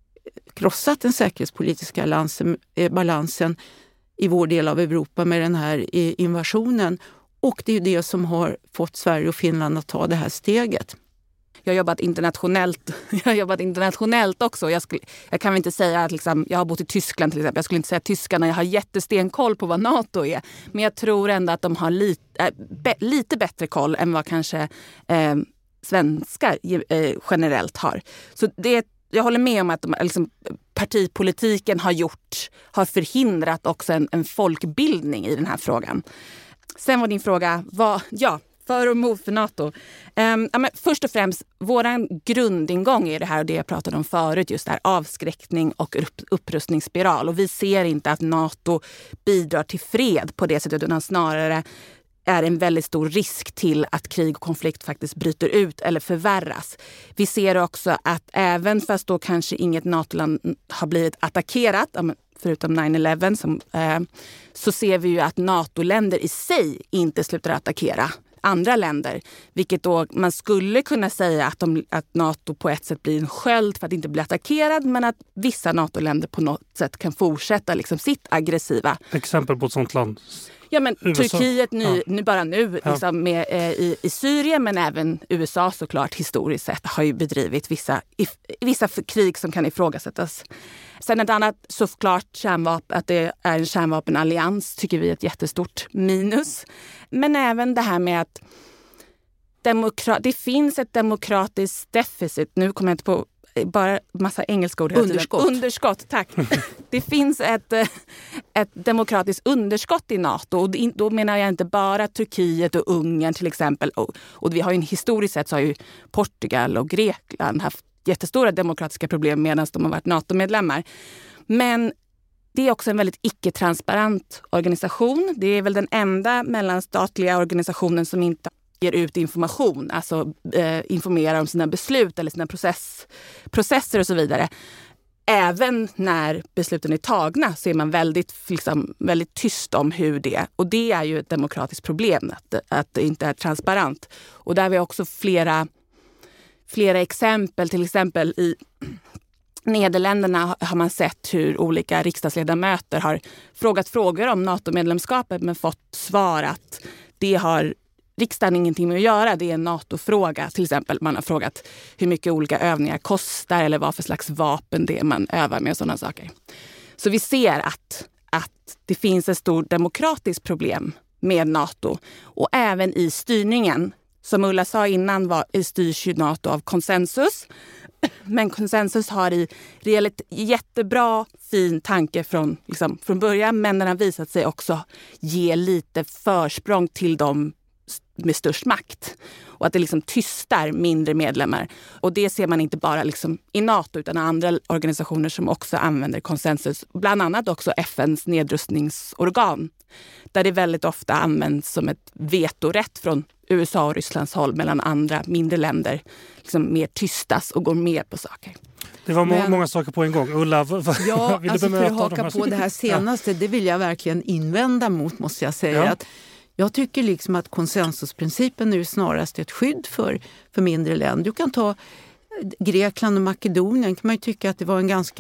S3: krossat den säkerhetspolitiska balansen, eh, balansen i vår del av Europa med den här eh, invasionen. Och det är det som har fått Sverige och Finland att ta det här steget.
S2: Jag har jobbat internationellt, jag har jobbat internationellt också. Jag, skulle, jag kan väl inte säga att liksom, jag har bott i Tyskland till exempel. Jag skulle inte säga att tyskarna, jag har jättestenkoll på vad NATO är. Men jag tror ändå att de har lite, äh, be, lite bättre koll än vad kanske äh, svenskar äh, generellt har. Så det, jag håller med om att de, liksom, partipolitiken har gjort, har förhindrat också en, en folkbildning i den här frågan. Sen var din fråga, vad, ja, för och emot för NATO. Um, ja, men först och främst, våran grundingång är det här och det jag pratade om förut, just det här avskräckning och upp, upprustningsspiral. Och vi ser inte att NATO bidrar till fred på det sättet, utan snarare är en väldigt stor risk till att krig och konflikt faktiskt bryter ut eller förvärras. Vi ser också att även fast då kanske inget NATO-land har blivit attackerat, förutom nine eleven, som, eh, så ser vi ju att NATO-länder i sig inte slutar attackera andra länder. Vilket då man skulle kunna säga att, de, att NATO på ett sätt blir en sköld för att inte bli attackerad, men att vissa NATO-länder på något sätt kan fortsätta liksom sitt aggressiva.
S1: Exempel på ett sånt land?
S2: Ja, men
S1: U S A.
S2: Turkiet nu,
S1: Ja.
S2: nu bara nu
S1: Ja.
S2: liksom med, eh, i, i Syrien, men även U S A såklart historiskt sett har ju bedrivit vissa, if, vissa krig som kan ifrågasättas. Sen ett annat, såklart kärnvapen, att det är en kärnvapenallians tycker vi är ett jättestort minus. Men även det här med att demokra- det finns ett demokratiskt deficit. Nu kommer jag inte på bara massa engelska ord hela tiden.
S3: Underskott.
S2: Underskott, tack. Det finns ett, ett demokratiskt underskott i NATO. Och då menar jag inte bara Turkiet och Ungern till exempel. Och, och vi har ju historiskt sett så har ju Portugal och Grekland haft jättestora demokratiska problem medan de har varit NATO-medlemmar. Men det är också en väldigt icke-transparent organisation. Det är väl den enda mellanstatliga organisationen som inte ger ut information, alltså eh, informerar om sina beslut eller sina process, processer och så vidare. Även när besluten är tagna så är man väldigt, liksom, väldigt tyst om hur det är. Och det är ju ett demokratiskt problem, att, att det inte är transparent. Och där har vi också flera, flera exempel, till exempel i Nederländerna har man sett hur olika riksdagsledamöter har frågat frågor om NATO-medlemskapet men fått svar att det har riksdagen ingenting med att göra, det är en NATO-fråga. Till exempel man har frågat hur mycket olika övningar kostar eller vad för slags vapen det är man övar med och sådana saker. Så vi ser att, att det finns ett stort demokratiskt problem med NATO. Och även i styrningen, som Ulla sa innan, var, styrs ju NATO av konsensus. Men konsensus har i reellt jättebra, fin tanke från, liksom, från början, men den har visat sig också ge lite försprång till dem med störst makt. Och att det liksom tystar mindre medlemmar. Och det ser man inte bara liksom i NATO utan i andra organisationer som också använder konsensus. Bland annat också F N:s nedrustningsorgan. Där det väldigt ofta används som ett vetorätt från U S A och Rysslands håll medan andra mindre länder liksom mer tystas och går med på saker.
S1: Det var må-
S3: Men,
S1: många saker på en gång. Ulla, v- v-
S3: ja,
S1: vill du
S3: alltså för att
S1: bemöta
S3: haka
S1: de här?
S3: på det här senaste, det vill jag verkligen invända mot, måste jag säga.
S1: Ja.
S3: Att jag tycker liksom att konsensusprincipen är snarast ett skydd för, för mindre länder. Du kan ta Grekland och Makedonien, kan man ju tycka att det var en ganska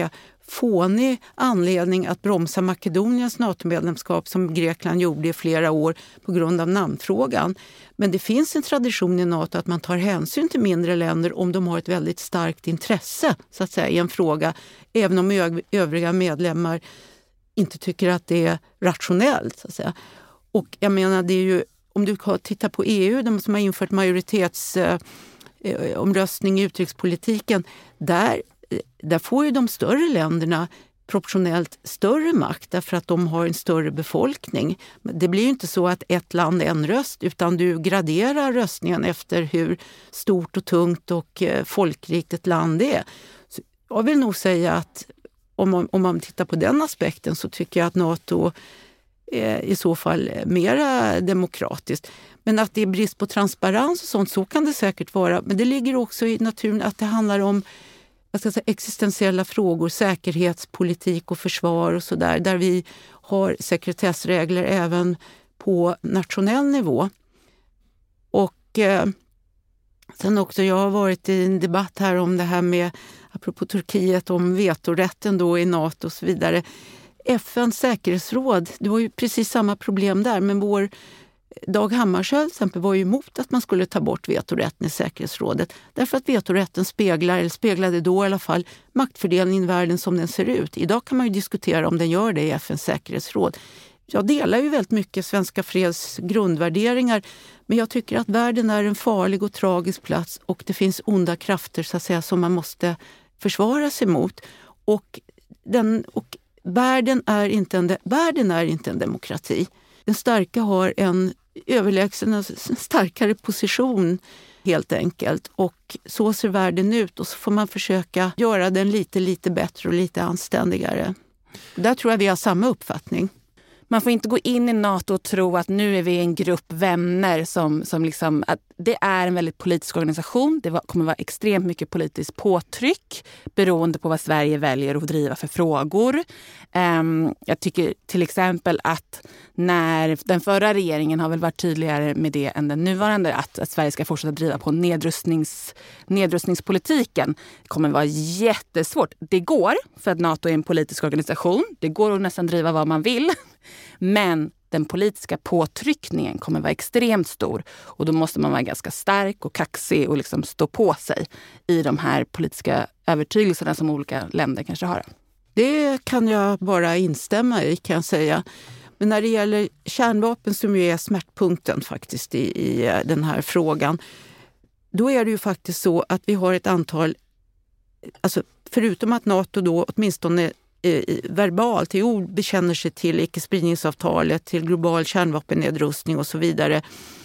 S3: fånig anledning att bromsa Makedoniens NATO-medlemskap som Grekland gjorde i flera år på grund av namnfrågan. Men det finns en tradition i NATO att man tar hänsyn till mindre länder om de har ett väldigt starkt intresse så att säga, i en fråga, även om övriga medlemmar inte tycker att det är rationellt. Så att säga. Och jag menar, det är ju, om du tittar på E U, de som har infört majoritetsomröstning i utrikespolitiken, där Där får ju de större länderna proportionellt större makt därför att de har en större befolkning. Det blir ju inte så att ett land en röst, utan du graderar röstningen efter hur stort och tungt och folkrikt ett land är. Så jag vill nog säga att om man, om man tittar på den aspekten så tycker jag att NATO är i så fall mera demokratiskt. Men att det är brist på transparens och sånt, så kan det säkert vara. Men det ligger också i naturen att det handlar om jag ska säga, existentiella frågor, säkerhetspolitik och försvar och sådär, där vi har sekretessregler även på nationell nivå. Och eh, sen också, jag har varit i en debatt här om det här med, apropå Turkiet, om vetorätten då i NATO och så vidare. F N:s säkerhetsråd, det var ju precis samma problem där, men vår Dag Hammarskjöld till exempel var ju emot att man skulle ta bort vetorätten i säkerhetsrådet. Därför att vetorätten speglar, eller speglade då i alla fall, maktfördelningen i världen som den ser ut. Idag kan man ju diskutera om den gör det i F N:s säkerhetsråd. Jag delar ju väldigt mycket svenska freds grundvärderingar, men jag tycker att världen är en farlig och tragisk plats och det finns onda krafter så att säga, som man måste försvara sig mot. Och, den, och världen, är inte en, världen är inte en demokrati. Den starka har en överlägsen, en starkare position helt enkelt. Och så ser världen ut och så får man försöka göra den lite, lite bättre och lite anständigare. Där tror jag vi har samma uppfattning.
S2: Man får inte gå in i NATO och tro att nu är vi en grupp vänner som, som liksom, att det är en väldigt politisk organisation. Det kommer vara extremt mycket politiskt påtryck beroende på vad Sverige väljer att driva för frågor. Um, jag tycker till exempel att när den förra regeringen har väl varit tydligare med det än den nuvarande, att, att Sverige ska fortsätta driva på nedrustnings, nedrustningspolitiken. Det kommer vara jättesvårt. Det går, för att NATO är en politisk organisation. Det går att nästan driva vad man vill. Men den politiska påtryckningen kommer vara extremt stor och då måste man vara ganska stark och kaxig och liksom stå på sig i de här politiska övertygelserna som olika länder kanske har.
S3: Det kan jag bara instämma i, kan jag säga. Men när det gäller kärnvapen, som ju är smärtpunkten faktiskt i, i den här frågan, då är det ju faktiskt så att vi har ett antal, alltså förutom att NATO då åtminstone verbalt i ord bekänner sig till icke-spridningsavtalet, till global kärnvapennedrustning och så vidare.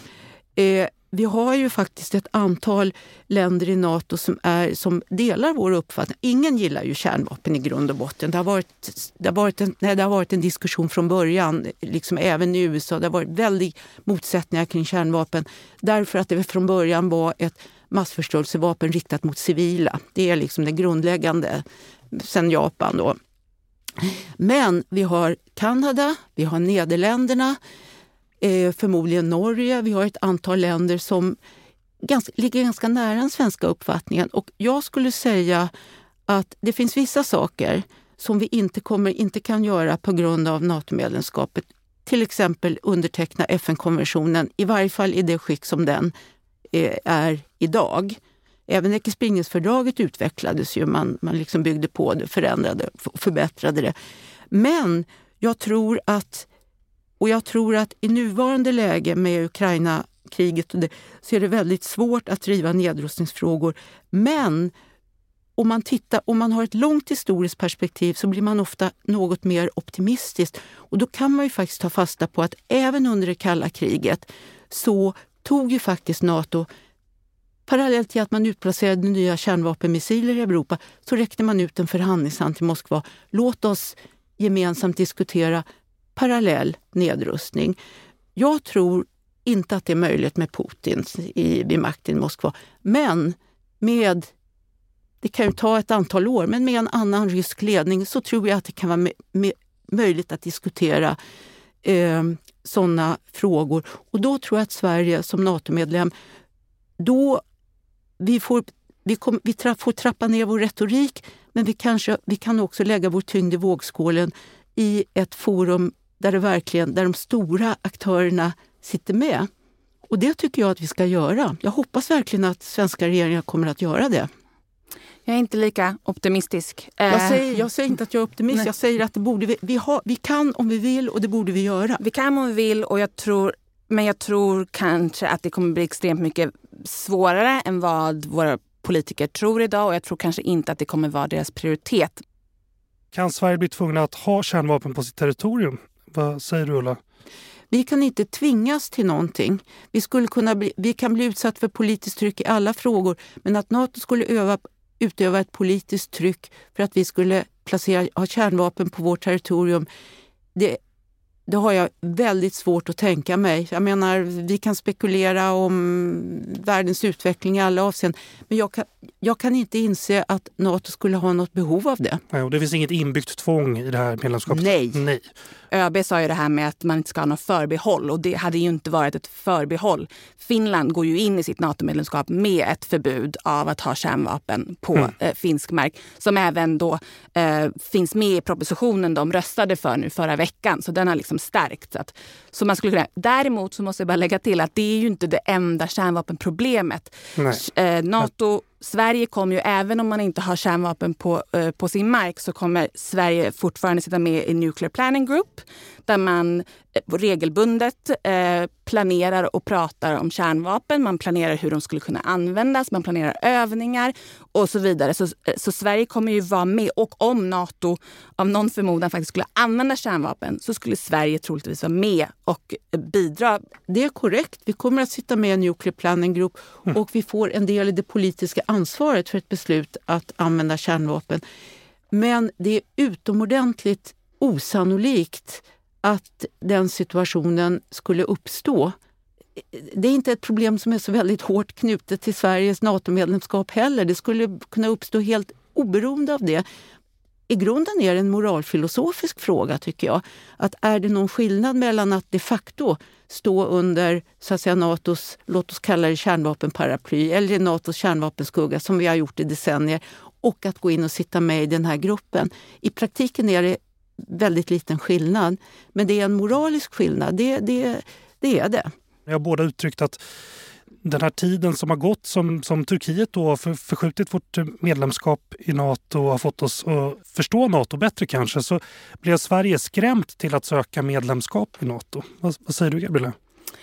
S3: Eh, vi har ju faktiskt ett antal länder i NATO som, är, som delar vår uppfattning. Ingen gillar ju kärnvapen i grund och botten. Det har varit, det har varit, en, nej, det har varit en diskussion från början, liksom även i U S A. Det har varit väldigt motsättningar kring kärnvapen därför att det från början var ett massförstörelsevapen riktat mot civila. Det är liksom det grundläggande sen Japan då. Men vi har Kanada, vi har Nederländerna, eh, förmodligen Norge. Vi har ett antal länder som ganska, ligger ganska nära den svenska uppfattningen. Och jag skulle säga att det finns vissa saker som vi inte, kommer, inte kan göra på grund av NATO-medlemskapet. Till exempel underteckna F N-konventionen, i varje fall i det skick som den eh, är idag. Även icke-spridningsfördraget utvecklades ju, man, man liksom byggde på det, förändrade och förbättrade det. Men jag tror att, och jag tror att i nuvarande läge med Ukraina-kriget och det, så är det väldigt svårt att driva nedrustningsfrågor. Men om man tittar, om man har ett långt historiskt perspektiv så blir man ofta något mer optimistisk. Och då kan man ju faktiskt ta fasta på att även under det kalla kriget så tog ju faktiskt NATO, parallellt till att man utplacerade nya kärnvapenmissiler i Europa, så räckte man ut en förhandlingshand till Moskva. Låt oss gemensamt diskutera parallell nedrustning. Jag tror inte att det är möjligt med Putin i, vid makten i Moskva. Men med, det kan ju ta ett antal år, men med en annan rysk ledning så tror jag att det kan vara med, med, möjligt att diskutera eh, sådana frågor. Och då tror jag att Sverige som NATO-medlem, då vi får vi, kom, vi tra, får trappa ner vår retorik, men vi, kanske, vi kan också lägga vår tyngd i vågskålen i ett forum där, det verkligen, där de stora aktörerna sitter med. Och det tycker jag att vi ska göra. Jag hoppas verkligen att svenska regeringar kommer att göra det.
S2: Jag är inte lika optimistisk.
S3: Jag säger, jag säger inte att jag är optimist.
S2: Nej.
S3: Jag säger att det borde vi, vi, ha, vi kan om vi vill och det borde vi göra.
S2: Vi kan om vi vill, och jag tror, men jag tror kanske att det kommer bli extremt mycket svårare än vad våra politiker tror idag, och jag tror kanske inte att det kommer vara deras prioritet.
S1: Kan Sverige bli tvungna att ha kärnvapen på sitt territorium? Vad säger du, Ulla?
S3: Vi kan inte tvingas till någonting. Vi, skulle kunna bli, vi kan bli utsatt för politiskt tryck i alla frågor, men att NATO skulle öva, utöva ett politiskt tryck för att vi skulle placera, ha kärnvapen på vårt territorium, det, det har jag väldigt svårt att tänka mig. Jag menar, vi kan spekulera om världens utveckling i alla avseenden, men jag kan, jag kan inte inse att NATO skulle ha något behov av det.
S1: Nej, och det finns inget inbyggt tvång i det här medlemskapet?
S3: Nej.
S1: Nej.
S2: ÖB sa ju det här med att man inte ska ha något förbehåll, och det hade ju inte varit ett förbehåll. Finland går ju in i sitt NATO-medlemskap med ett förbud av att ha kärnvapen på mm. eh, finsk mark, som även då eh, finns med i propositionen de röstade för nu förra veckan, så den har liksom stärkt. Så, att, så man skulle kunna. Däremot så måste jag bara lägga till att det är ju inte det enda kärnvapenproblemet. Eh, NATO Sverige kommer ju, även om man inte har kärnvapen på, eh, på sin mark, så kommer Sverige fortfarande sitta med i Nuclear Planning Group, där man eh, regelbundet eh, planerar och pratar om kärnvapen. Man planerar hur de skulle kunna användas, man planerar övningar och så vidare. Så, så Sverige kommer ju vara med, och om NATO av någon förmodan faktiskt skulle använda kärnvapen, så skulle Sverige troligtvis vara med och bidra.
S3: Det är korrekt. Vi kommer att sitta med i Nuclear Planning Group mm. och vi får en del i det politiska ansvaret för ett beslut att använda kärnvapen. Men det är utomordentligt osannolikt att den situationen skulle uppstå. Det är inte ett problem som är så väldigt hårt knutet till Sveriges NATO-medlemskap heller. Det skulle kunna uppstå helt oberoende av det. I grunden är det en moralfilosofisk fråga, tycker jag. Att är det någon skillnad mellan att de facto stå under, så att säga, NATOs, låt oss kalla det kärnvapenparaply, eller NATOs kärnvapenskugga som vi har gjort i decennier, och att gå in och sitta med i den här gruppen. I praktiken är det väldigt liten skillnad, men det är en moralisk skillnad, det, det, det är det.
S1: Jag har båda uttryckt att den här tiden som har gått, som, som Turkiet då har för, förskjutit vårt medlemskap i NATO och har fått oss att förstå NATO bättre kanske, så blev Sverige skrämt till att söka medlemskap i NATO. Vad, vad säger du, Gabriella?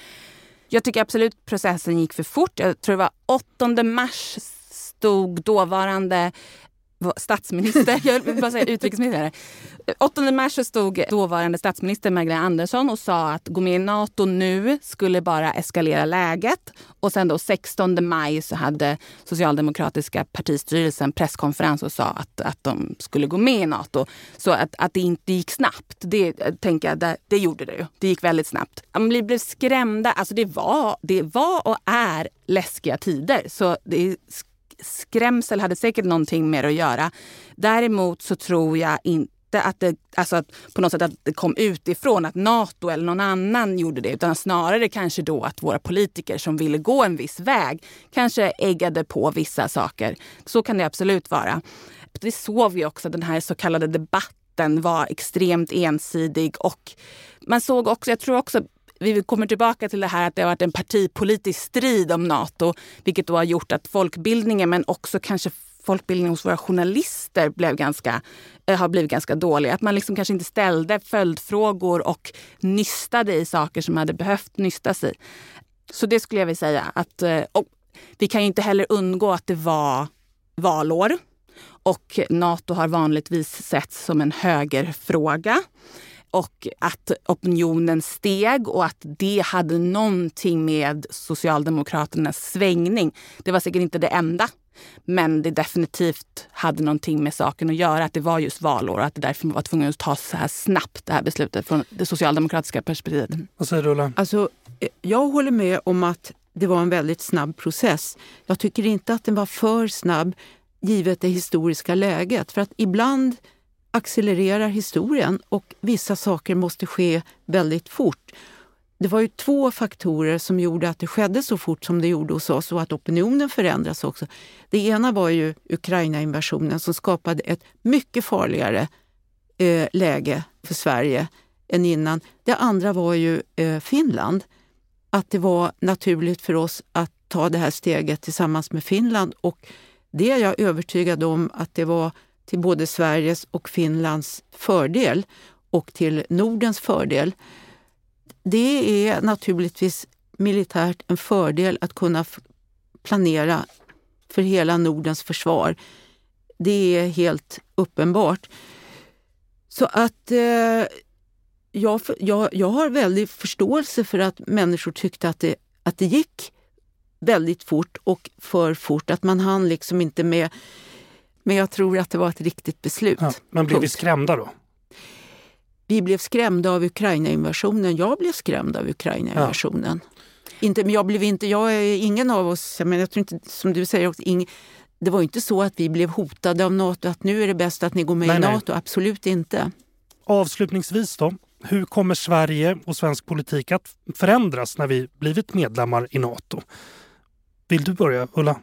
S2: Jag tycker absolut processen gick för fort. Jag tror det var åttonde mars stod dåvarande statsminister, jag vill bara säga utrikesminister. åttonde mars så stod dåvarande statsminister Magdalena Andersson och sa att gå med i NATO nu skulle bara eskalera läget. Och sen då sextonde maj så hade socialdemokratiska partistyrelsen presskonferens och sa att, att de skulle gå med i NATO. Så att, att det inte gick snabbt, det tänker jag, det, det gjorde det ju. Det gick väldigt snabbt. Man blev skrämda, alltså det var, det var och är läskiga tider. Så det är skrämsel hade säkert någonting med att göra. Däremot så tror jag inte att det, alltså att på något sätt att det kom utifrån att NATO eller någon annan gjorde det, utan snarare kanske då att våra politiker som ville gå en viss väg kanske äggade på vissa saker. Så kan det absolut vara. Det såg vi också, den här så kallade debatten var extremt ensidig, och man såg också, jag tror också vi kommer tillbaka till det här att det har varit en partipolitisk strid om NATO, vilket då har gjort att folkbildningen, men också kanske folkbildningen hos våra journalister blev ganska, äh, har blivit ganska dålig. Att man liksom kanske inte ställde följdfrågor och nystade i saker som hade behövt nystas i. Så det skulle jag vilja säga. Att, och vi kan ju inte heller undgå att det var valår, och NATO har vanligtvis sett som en högerfråga. Och att opinionen steg och att det hade någonting med Socialdemokraternas svängning. Det var säkert inte det enda, men det definitivt hade någonting med saken att göra. Att det var just valår och att det därför var tvungen att ta så här snabbt det här beslutet från det socialdemokratiska perspektivet. Mm.
S1: Vad säger du, Ulla?
S3: Alltså, jag håller med om att det var en väldigt snabb process. Jag tycker inte att den var för snabb givet det historiska läget. För att ibland accelererar historien och vissa saker måste ske väldigt fort. det var ju två faktorer som gjorde att det skedde så fort som det gjorde hos oss och att opinionen förändras också. Det ena var ju Ukraina-invasionen som skapade ett mycket farligare eh, läge för Sverige än innan. Det andra var ju eh, Finland. Att det var naturligt för oss att ta det här steget tillsammans med Finland, och det är jag övertygad om att det var till både Sveriges och Finlands fördel och till Nordens fördel. Det är naturligtvis militärt en fördel att kunna planera för hela Nordens försvar. Det är helt uppenbart. Så att eh, jag, jag, jag har väldigt förståelse för att människor tyckte att det, att det gick väldigt fort och för fort. Att man hann liksom inte med. Men jag tror att det var ett riktigt beslut. Ja,
S1: men blev vi skrämda då?
S3: Vi blev skrämda av Ukraina-invasionen. Jag blev skrämd av Ukraina-invasionen. Ja. Inte, men jag blev inte, jag är ingen av oss, jag, menar, jag tror inte, som du säger också, ing, det var inte så att vi blev hotade av NATO, att nu är det bäst att ni går med nej, i NATO. Nej. Absolut inte.
S1: Avslutningsvis då, hur kommer Sverige och svensk politik att förändras när vi blivit medlemmar i NATO? Vill du börja, Ulla?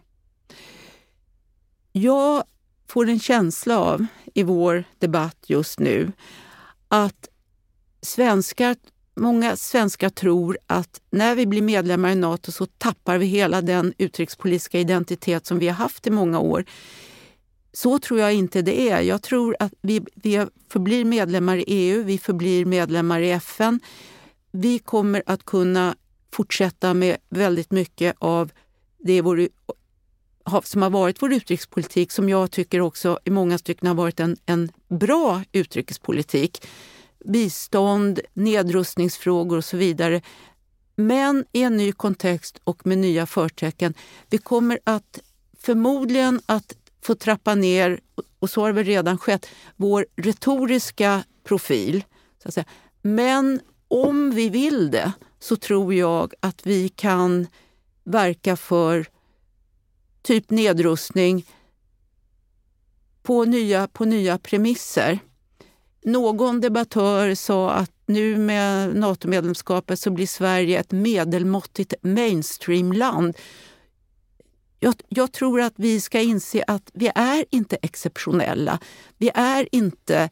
S3: Jag får en känsla av i vår debatt just nu att svenskar, många svenskar tror att när vi blir medlemmar i NATO så tappar vi hela den utrikespolitiska identitet som vi har haft i många år. Så tror jag inte det är. Jag tror att vi, vi förblir medlemmar i E U, vi förblir medlemmar i F N. Vi kommer att kunna fortsätta med väldigt mycket av det vår, som har varit vår utrikespolitik, som jag tycker också i många stycken har varit en, en bra utrikespolitik. Bistånd, nedrustningsfrågor och så vidare. Men i en ny kontext och med nya förtecken. Vi kommer att förmodligen att få trappa ner, och så har det redan skett, vår retoriska profil. Så att säga. Men om vi vill det så tror jag att vi kan verka för typ nedrustning på nya, på nya premisser. Någon debattör sa att nu med NATO-medlemskapet så blir Sverige ett medelmåttigt mainstreamland. Jag, jag tror att vi ska inse att vi är inte exceptionella. Vi är inte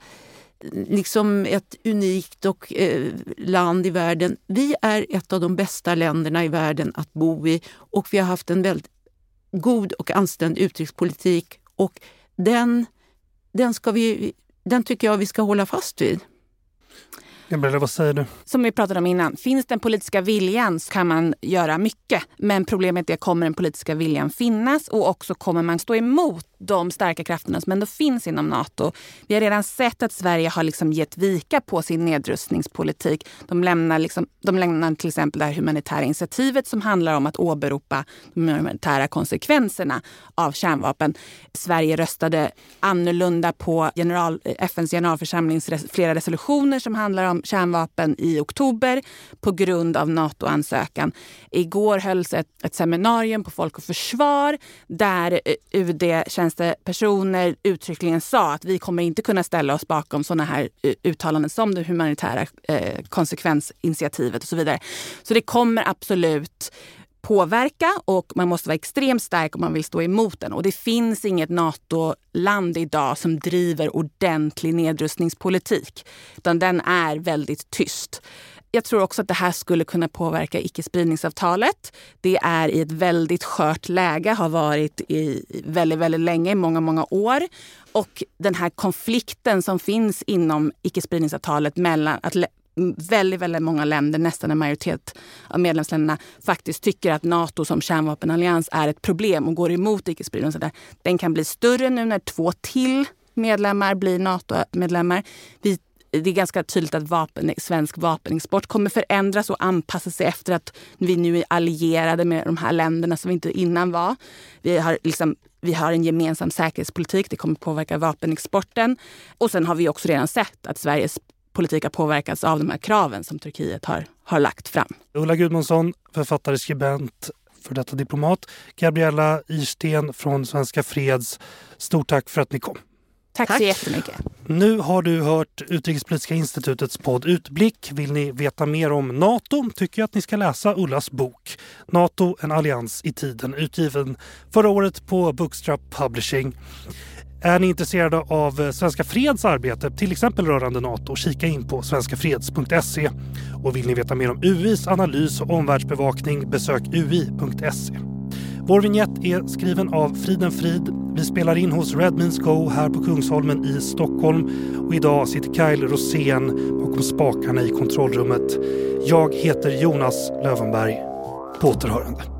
S3: liksom ett unikt och, eh, land i världen. Vi är ett av de bästa länderna i världen att bo i, och vi har haft en väldigt god och anständig utrikespolitik, och den, den, ska vi, den tycker jag vi ska hålla fast vid.
S1: Gabriella, vad säger du?
S2: Som vi pratade om innan, finns den politiska viljan så kan man göra mycket. Men problemet är att kommer den politiska viljan finnas, och också kommer man stå emot de starka krafterna som ändå finns inom NATO. Vi har redan sett att Sverige har liksom gett vika på sin nedrustningspolitik. De lämnar, liksom, de lämnar till exempel det här humanitära initiativet som handlar om att åberopa de humanitära konsekvenserna av kärnvapen. Sverige röstade annorlunda på general, F N:s generalförsamlings flera resolutioner som handlar om kärnvapen i oktober på grund av NATO-ansökan. Igår hölls ett, ett seminarium på Folk och Försvar där U D-tjänstepersoner uttryckligen sa att vi kommer inte kunna ställa oss bakom sådana här uttalanden som det humanitära eh, konsekvensinitiativet och så vidare. Så det kommer absolut påverka, och man måste vara extremt stark om man vill stå emot den. Och det finns inget NATO-land idag som driver ordentlig nedrustningspolitik, utan den är väldigt tyst. Jag tror också att det här skulle kunna påverka icke-spridningsavtalet. Det är i ett väldigt skört läge, har varit i väldigt, väldigt länge, i många, många år. Och den här konflikten som finns inom icke-spridningsavtalet mellan att väldigt, väldigt många länder, nästan en majoritet av medlemsländerna, faktiskt tycker att NATO som kärnvapenallians är ett problem och går emot icke-spridning. Så där. Den kan bli större nu när två till medlemmar blir NATO-medlemmar. Vi Det är ganska tydligt att vapen, svensk vapenexport kommer förändras och anpassa sig efter att vi nu är allierade med de här länderna som vi inte innan var. Vi har, liksom, vi har en gemensam säkerhetspolitik, det kommer påverka vapenexporten. Och sen har vi också redan sett att Sveriges politik har påverkats av de här kraven som Turkiet har, har lagt fram.
S1: Ulla Gudmundsson, författare, skribent, för detta diplomat. Gabriella Irsten från Svenska Freds, stort tack för att ni kom.
S2: Tack,
S3: Tack
S2: så jättemycket.
S1: Nu har du hört Utrikespolitiska institutets podd Utblick. Vill ni veta mer om NATO tycker jag att ni ska läsa Ullas bok NATO, en allians i tiden, utgiven förra året på Bookstrap Publishing. Är ni intresserade av Svenska Freds arbete, till exempel rörande NATO, kika in på svenskafreds punkt se. Och vill ni veta mer om U I:s analys och omvärldsbevakning, besök u i punkt se. Vår vignett är skriven av Friden Frid. Vi spelar in hos Red Means Go här på Kungsholmen i Stockholm. Och idag sitter Kyle Rosén bakom spakarna i kontrollrummet. Jag heter Jonas Lövenberg. På återhörande.